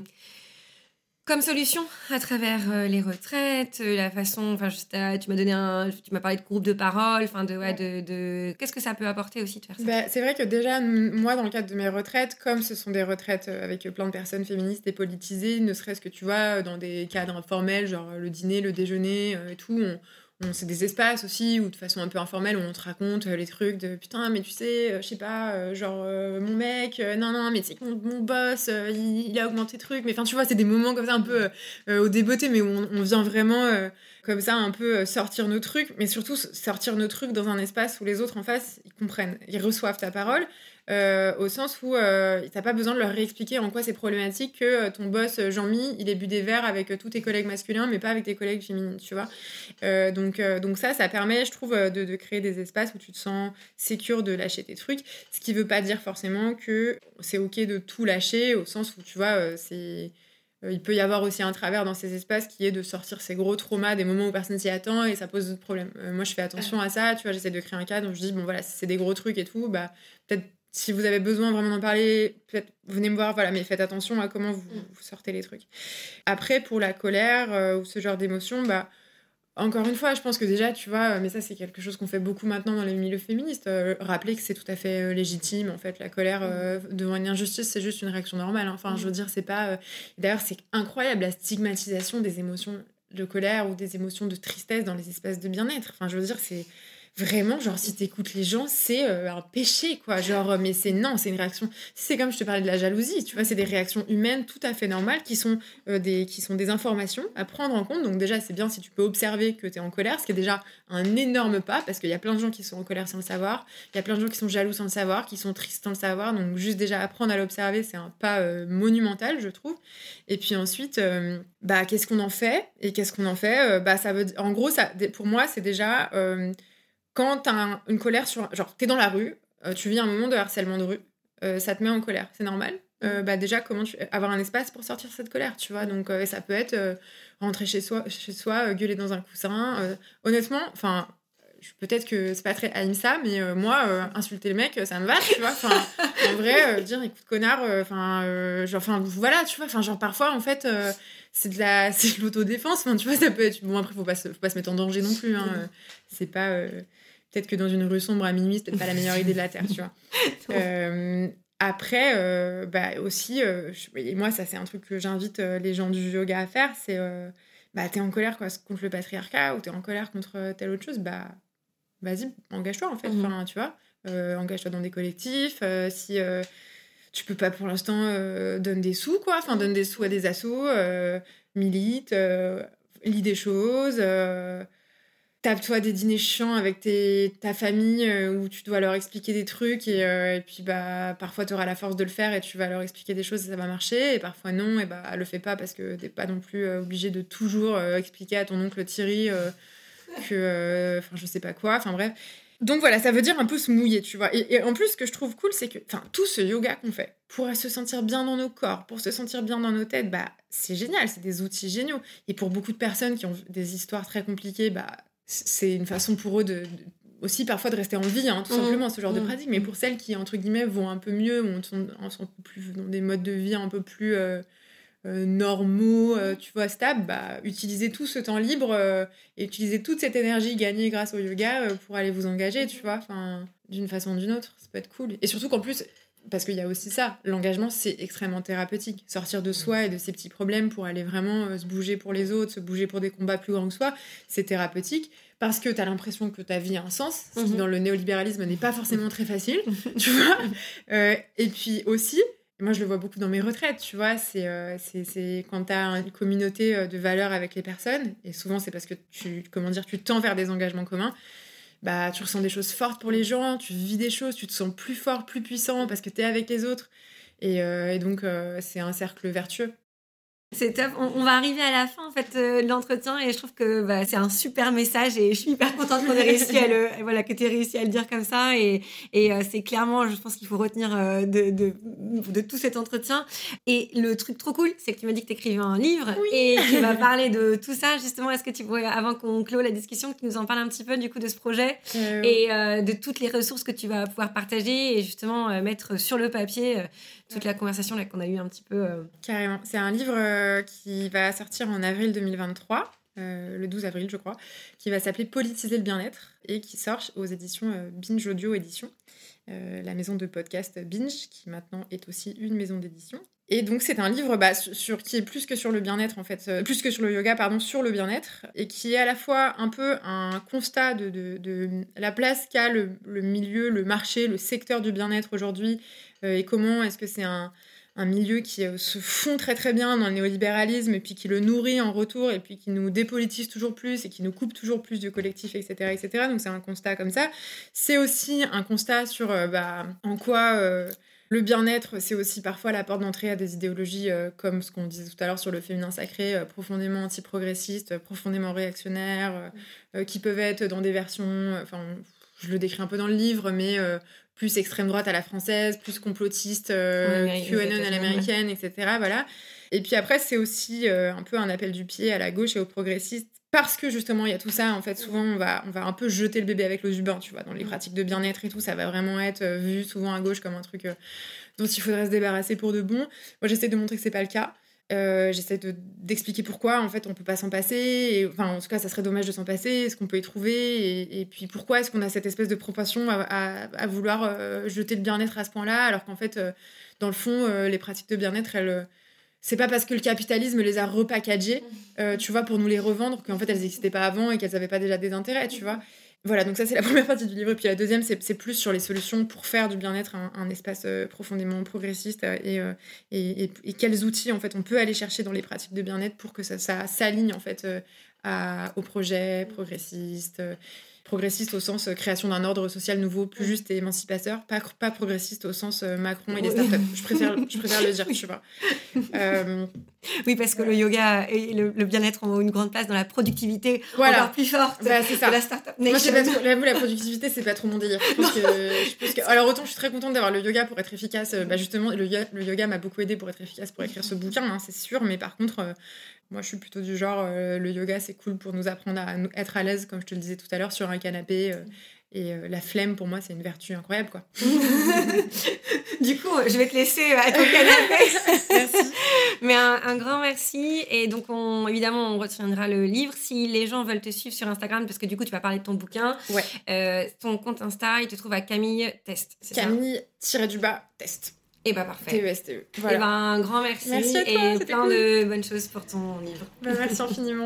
comme solution, à travers euh, les retraites, euh, la façon, enfin, je sais, tu m'as donné un, tu m'as parlé de groupe de parole, enfin, de, ouais, de, de, qu'est-ce que ça peut apporter aussi de faire ça? Bah, c'est vrai que déjà, m- moi, dans le cadre de mes retraites, comme ce sont des retraites euh, avec plein de personnes féministes et politisées, ne serait-ce que, tu vois, dans des cadres informels, genre euh, le dîner, le déjeuner euh, et tout, on, on- c'est des espaces aussi où, de façon un peu informelle, où on te raconte euh, les trucs de putain, mais tu sais, euh, je sais pas, euh, genre euh, mon mec, euh, non, non, mais c'est que mon, mon boss, euh, il, il a augmenté le truc. Mais enfin, tu vois, c'est des moments comme ça un peu euh, euh, au débeauté, mais où on, on vient vraiment. Euh, comme ça un peu euh, sortir nos trucs, mais surtout s- sortir nos trucs dans un espace où les autres en face, ils comprennent, ils reçoivent ta parole, euh, au sens où euh, t'as pas besoin de leur réexpliquer en quoi c'est problématique que euh, ton boss euh, Jean-Mi, il ait bu des verres avec euh, tous tes collègues masculins, mais pas avec tes collègues féminines, tu vois. Euh, donc, euh, donc ça, ça permet, je trouve, euh, de, de créer des espaces où tu te sens sécure de lâcher tes trucs, ce qui veut pas dire forcément que c'est ok de tout lâcher, au sens où, tu vois, euh, c'est... Euh, il peut y avoir aussi un travers dans ces espaces qui est de sortir ces gros traumas des moments où personne s'y attend et ça pose d'autres problèmes. Euh, moi, je fais attention à ça, tu vois, j'essaie de créer un cadre où je dis, bon voilà, si c'est des gros trucs et tout, bah peut-être si vous avez besoin vraiment d'en parler, peut-être venez me voir, voilà, mais faites attention à comment vous, vous sortez les trucs. Après, pour la colère euh, ou ce genre d'émotion, bah encore une fois, je pense que déjà, tu vois, mais ça, c'est quelque chose qu'on fait beaucoup maintenant dans les milieux féministes, euh, rappeler que c'est tout à fait euh, légitime, en fait, la colère euh, devant une injustice, c'est juste une réaction normale. Hein. Enfin, je veux dire, c'est pas... euh, D'ailleurs, c'est incroyable, la stigmatisation des émotions de colère ou des émotions de tristesse dans les espaces de bien-être. Enfin, je veux dire, c'est... Vraiment, genre, si t'écoutes les gens, c'est euh, un péché, quoi. Genre, mais c'est non, c'est une réaction. C'est comme je te parlais de la jalousie, tu vois, c'est des réactions humaines tout à fait normales qui sont, euh, des, qui sont des informations à prendre en compte. Donc, déjà, c'est bien si tu peux observer que t'es en colère, ce qui est déjà un énorme pas, parce qu'il y a plein de gens qui sont en colère sans le savoir, il y a plein de gens qui sont jaloux sans le savoir, qui sont tristes sans le savoir. Donc, juste déjà apprendre à l'observer, c'est un pas euh, monumental, je trouve. Et puis ensuite, euh, bah, qu'est-ce qu'on en fait? Et qu'est-ce qu'on en fait? Euh, bah, ça veut, en gros, ça, pour moi, c'est déjà. Euh, quand t'as un- une colère sur... Genre, t'es dans la rue, euh, tu vis un moment de harcèlement de rue, euh, ça te met en colère, c'est normal. Euh, bah déjà, comment tu... avoir un espace pour sortir cette colère, tu vois. Donc, euh, ça peut être euh, rentrer chez soi, chez soi euh, gueuler dans un coussin. Euh, honnêtement, enfin, peut-être que c'est pas très Aïmsa, mais euh, moi, euh, insulter le mec, ça me va, tu vois. Enfin, en vrai, euh, dire écoute connard, enfin, euh, genre, enfin, voilà, tu vois. Enfin, genre parfois, en fait, euh, c'est de la, c'est de l'autodéfense. Enfin, tu vois, ça peut être. Bon, après, faut pas se, faut pas se mettre en danger non plus. Hein. Euh, c'est pas. Euh, peut-être que dans une rue sombre à minuit, c'est peut-être pas la meilleure idée de la terre, tu vois. Euh, après, euh, bah aussi, euh, je- et moi, ça c'est un truc que j'invite euh, les gens du yoga à faire, c'est euh, bah t'es en colère quoi, contre le patriarcat ou t'es en colère contre telle autre chose, bah vas-y, engage-toi en fait, Mhm. enfin tu vois, euh, engage-toi dans des collectifs, euh, si euh, tu peux pas pour l'instant, euh, donne des sous quoi, enfin donne des sous à des assos, euh, milite, euh, lis des choses. Euh, tape-toi des dîners chiants avec tes, ta famille euh, où tu dois leur expliquer des trucs et, euh, et puis bah parfois tu auras la force de le faire et tu vas leur expliquer des choses et ça va marcher et parfois non et bah le fais pas parce que t'es pas non plus euh, obligé de toujours euh, expliquer à ton oncle Thierry euh, que enfin je sais pas quoi, enfin bref. Donc voilà, ça veut dire un peu se mouiller, tu vois. Et, et en plus, ce que je trouve cool, c'est que enfin tout ce yoga qu'on fait pour se sentir bien dans nos corps, pour se sentir bien dans nos têtes, bah c'est génial, c'est des outils géniaux. Et pour beaucoup de personnes qui ont des histoires très compliquées, bah c'est une façon pour eux de, de- aussi parfois de rester en vie, hein, tout Mmh. simplement, ce genre de Mmh. pratique. Mais pour celles qui, entre guillemets, vont un peu mieux, ou sont, sont plus dans des modes de vie un peu plus euh, euh, normaux, euh, tu vois, stables, bah, utilisez tout ce temps libre euh, et utilisez toute cette énergie gagnée grâce au yoga euh, pour aller vous engager, tu vois, enfin, d'une façon ou d'une autre. Ça peut être cool. Et surtout qu'en plus, parce qu'il y a aussi ça, l'engagement, c'est extrêmement thérapeutique. Sortir de soi et de ses petits problèmes pour aller vraiment euh, se bouger pour les autres, se bouger pour des combats plus grands que soi, c'est thérapeutique parce que t'as l'impression que ta vie a un sens, ce qui Mhm. dans le néolibéralisme n'est pas forcément très facile, tu vois. Euh, et puis aussi, moi je le vois beaucoup dans mes retraites, tu vois, c'est, euh, c'est, c'est quand t'as une communauté euh, de valeurs avec les personnes, et souvent c'est parce que tu, comment dire, tu tends vers des engagements communs, bah, tu ressens des choses fortes pour les gens, tu vis des choses, tu te sens plus fort, plus puissant parce que t'es avec les autres. Et, euh, et donc, euh, c'est un cercle vertueux. C'est top. On, on va arriver à la fin en fait euh, de l'entretien et je trouve que bah, c'est un super message et je suis hyper contente qu'on ait réussi à le, voilà, que tu aies réussi à le dire comme ça et, et euh, c'est clairement, je pense qu'il faut retenir euh, de, de, de tout cet entretien. Et le truc trop cool, c'est que tu m'as dit que tu écrivais un livre oui. et tu vas parler de tout ça justement. Est-ce que tu pourrais, avant qu'on clôt la discussion, que tu nous en parles un petit peu du coup de ce projet euh, et euh, de toutes les ressources que tu vas pouvoir partager et justement euh, mettre sur le papier euh, toute la conversation là qu'on a eu un petit peu. Euh... Carrément. C'est un livre euh, qui va sortir en avril deux mille vingt-trois, euh, le douze avril je crois, qui va s'appeler Politiser le bien-être et qui sort aux éditions euh, Binge Audio Édition, euh, la maison de podcast Binge qui maintenant est aussi une maison d'édition. Et donc c'est un livre bah, sur, qui est plus que sur le bien-être en fait, euh, plus que sur le yoga pardon, sur le bien-être et qui est à la fois un peu un constat de, de, de la place qu'a le, le milieu, le marché, le secteur du bien-être aujourd'hui euh, et comment est-ce que c'est un un milieu qui euh, se fond très très bien dans le néolibéralisme et puis qui le nourrit en retour et puis qui nous dépolitise toujours plus et qui nous coupe toujours plus du collectif, et cetera, et cetera. Donc c'est un constat comme ça. C'est aussi un constat sur euh, bah, en quoi euh, le bien-être, c'est aussi parfois la porte d'entrée à des idéologies euh, comme ce qu'on disait tout à l'heure sur le féminin sacré, euh, profondément anti-progressistes, euh, profondément réactionnaires, euh, euh, qui peuvent être dans des versions... Enfin, euh, je le décris un peu dans le livre, mais... Euh, plus extrême droite à la française, plus complotiste, euh, QAnon à l'américaine, et cetera. Voilà. Et puis après, c'est aussi euh, un peu un appel du pied à la gauche et aux progressistes, parce que justement, il y a tout ça. En fait, souvent, on va, on va un peu jeter le bébé avec l'eau du bain, tu vois. Dans les pratiques de bien-être et tout, ça va vraiment être euh, vu souvent à gauche comme un truc euh, dont il faudrait se débarrasser pour de bon. Moi, j'essaie de montrer que c'est pas le cas. Euh, j'essaie de, d'expliquer pourquoi en fait on peut pas s'en passer et, enfin en tout cas ça serait dommage de s'en passer, ce qu'on peut y trouver et, et puis pourquoi est-ce qu'on a cette espèce de propension à, à, à vouloir euh, jeter le bien-être à ce point-là alors qu'en fait euh, dans le fond euh, les pratiques de bien-être elles euh, c'est pas parce que le capitalisme les a repackagées euh, tu vois pour nous les revendre qu'en fait elles n'existaient pas avant et qu'elles avaient pas déjà des intérêts tu vois. Voilà, donc ça c'est la première partie du livre. Et puis la deuxième, c'est, c'est plus sur les solutions pour faire du bien-être un, un espace euh, profondément progressiste euh, et, euh, et, et, et quels outils en fait on peut aller chercher dans les pratiques de bien-être pour que ça, ça s'aligne en fait euh, à, aux projets progressistes. Euh, progressiste au sens euh, création d'un ordre social nouveau, plus juste et émancipateur, pas, pas progressiste au sens euh, Macron et les startups. Je préfère, je préfère le dire, tu vois. Euh, oui, parce que le yoga et le, le bien-être ont une grande place dans la productivité voilà. encore plus forte bah, c'est ça. de la startup nation. Moi, c'est pas trop, là, vous, la productivité, c'est pas trop mon délire. Je pense que, je pense que, alors, autant je suis très contente d'avoir le yoga pour être efficace. Bah, justement, le yoga, le yoga m'a beaucoup aidé pour être efficace pour écrire ce bouquin, hein, c'est sûr. Mais par contre, euh, moi, je suis plutôt du genre, euh, le yoga, c'est cool pour nous apprendre à nous, être à l'aise, comme je te le disais tout à l'heure, sur un canapé. Euh, et euh, la flemme, pour moi, c'est une vertu incroyable, quoi. Du coup, je vais te laisser à ton canapé. Merci. Mais un, un grand merci. Et donc, on, évidemment, on retiendra le livre. Si les gens veulent te suivre sur Instagram, parce que du coup, tu vas parler de ton bouquin, ouais. euh, ton compte Insta, il te trouve à Camille Test. C'est Camille-du-bas Test. Et bah parfait. T E S T E. Voilà. Et ben un grand merci, merci à toi, et plein cool. de bonnes choses pour ton livre. Bah, merci infiniment.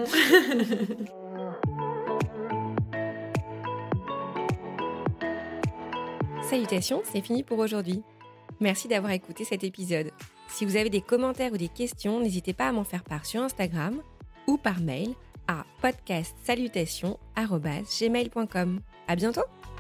Salutations, c'est fini pour aujourd'hui. Merci d'avoir écouté cet épisode. Si vous avez des commentaires ou des questions, n'hésitez pas à m'en faire part sur Instagram ou par mail à podcast salutations arobase gmail point com. À bientôt!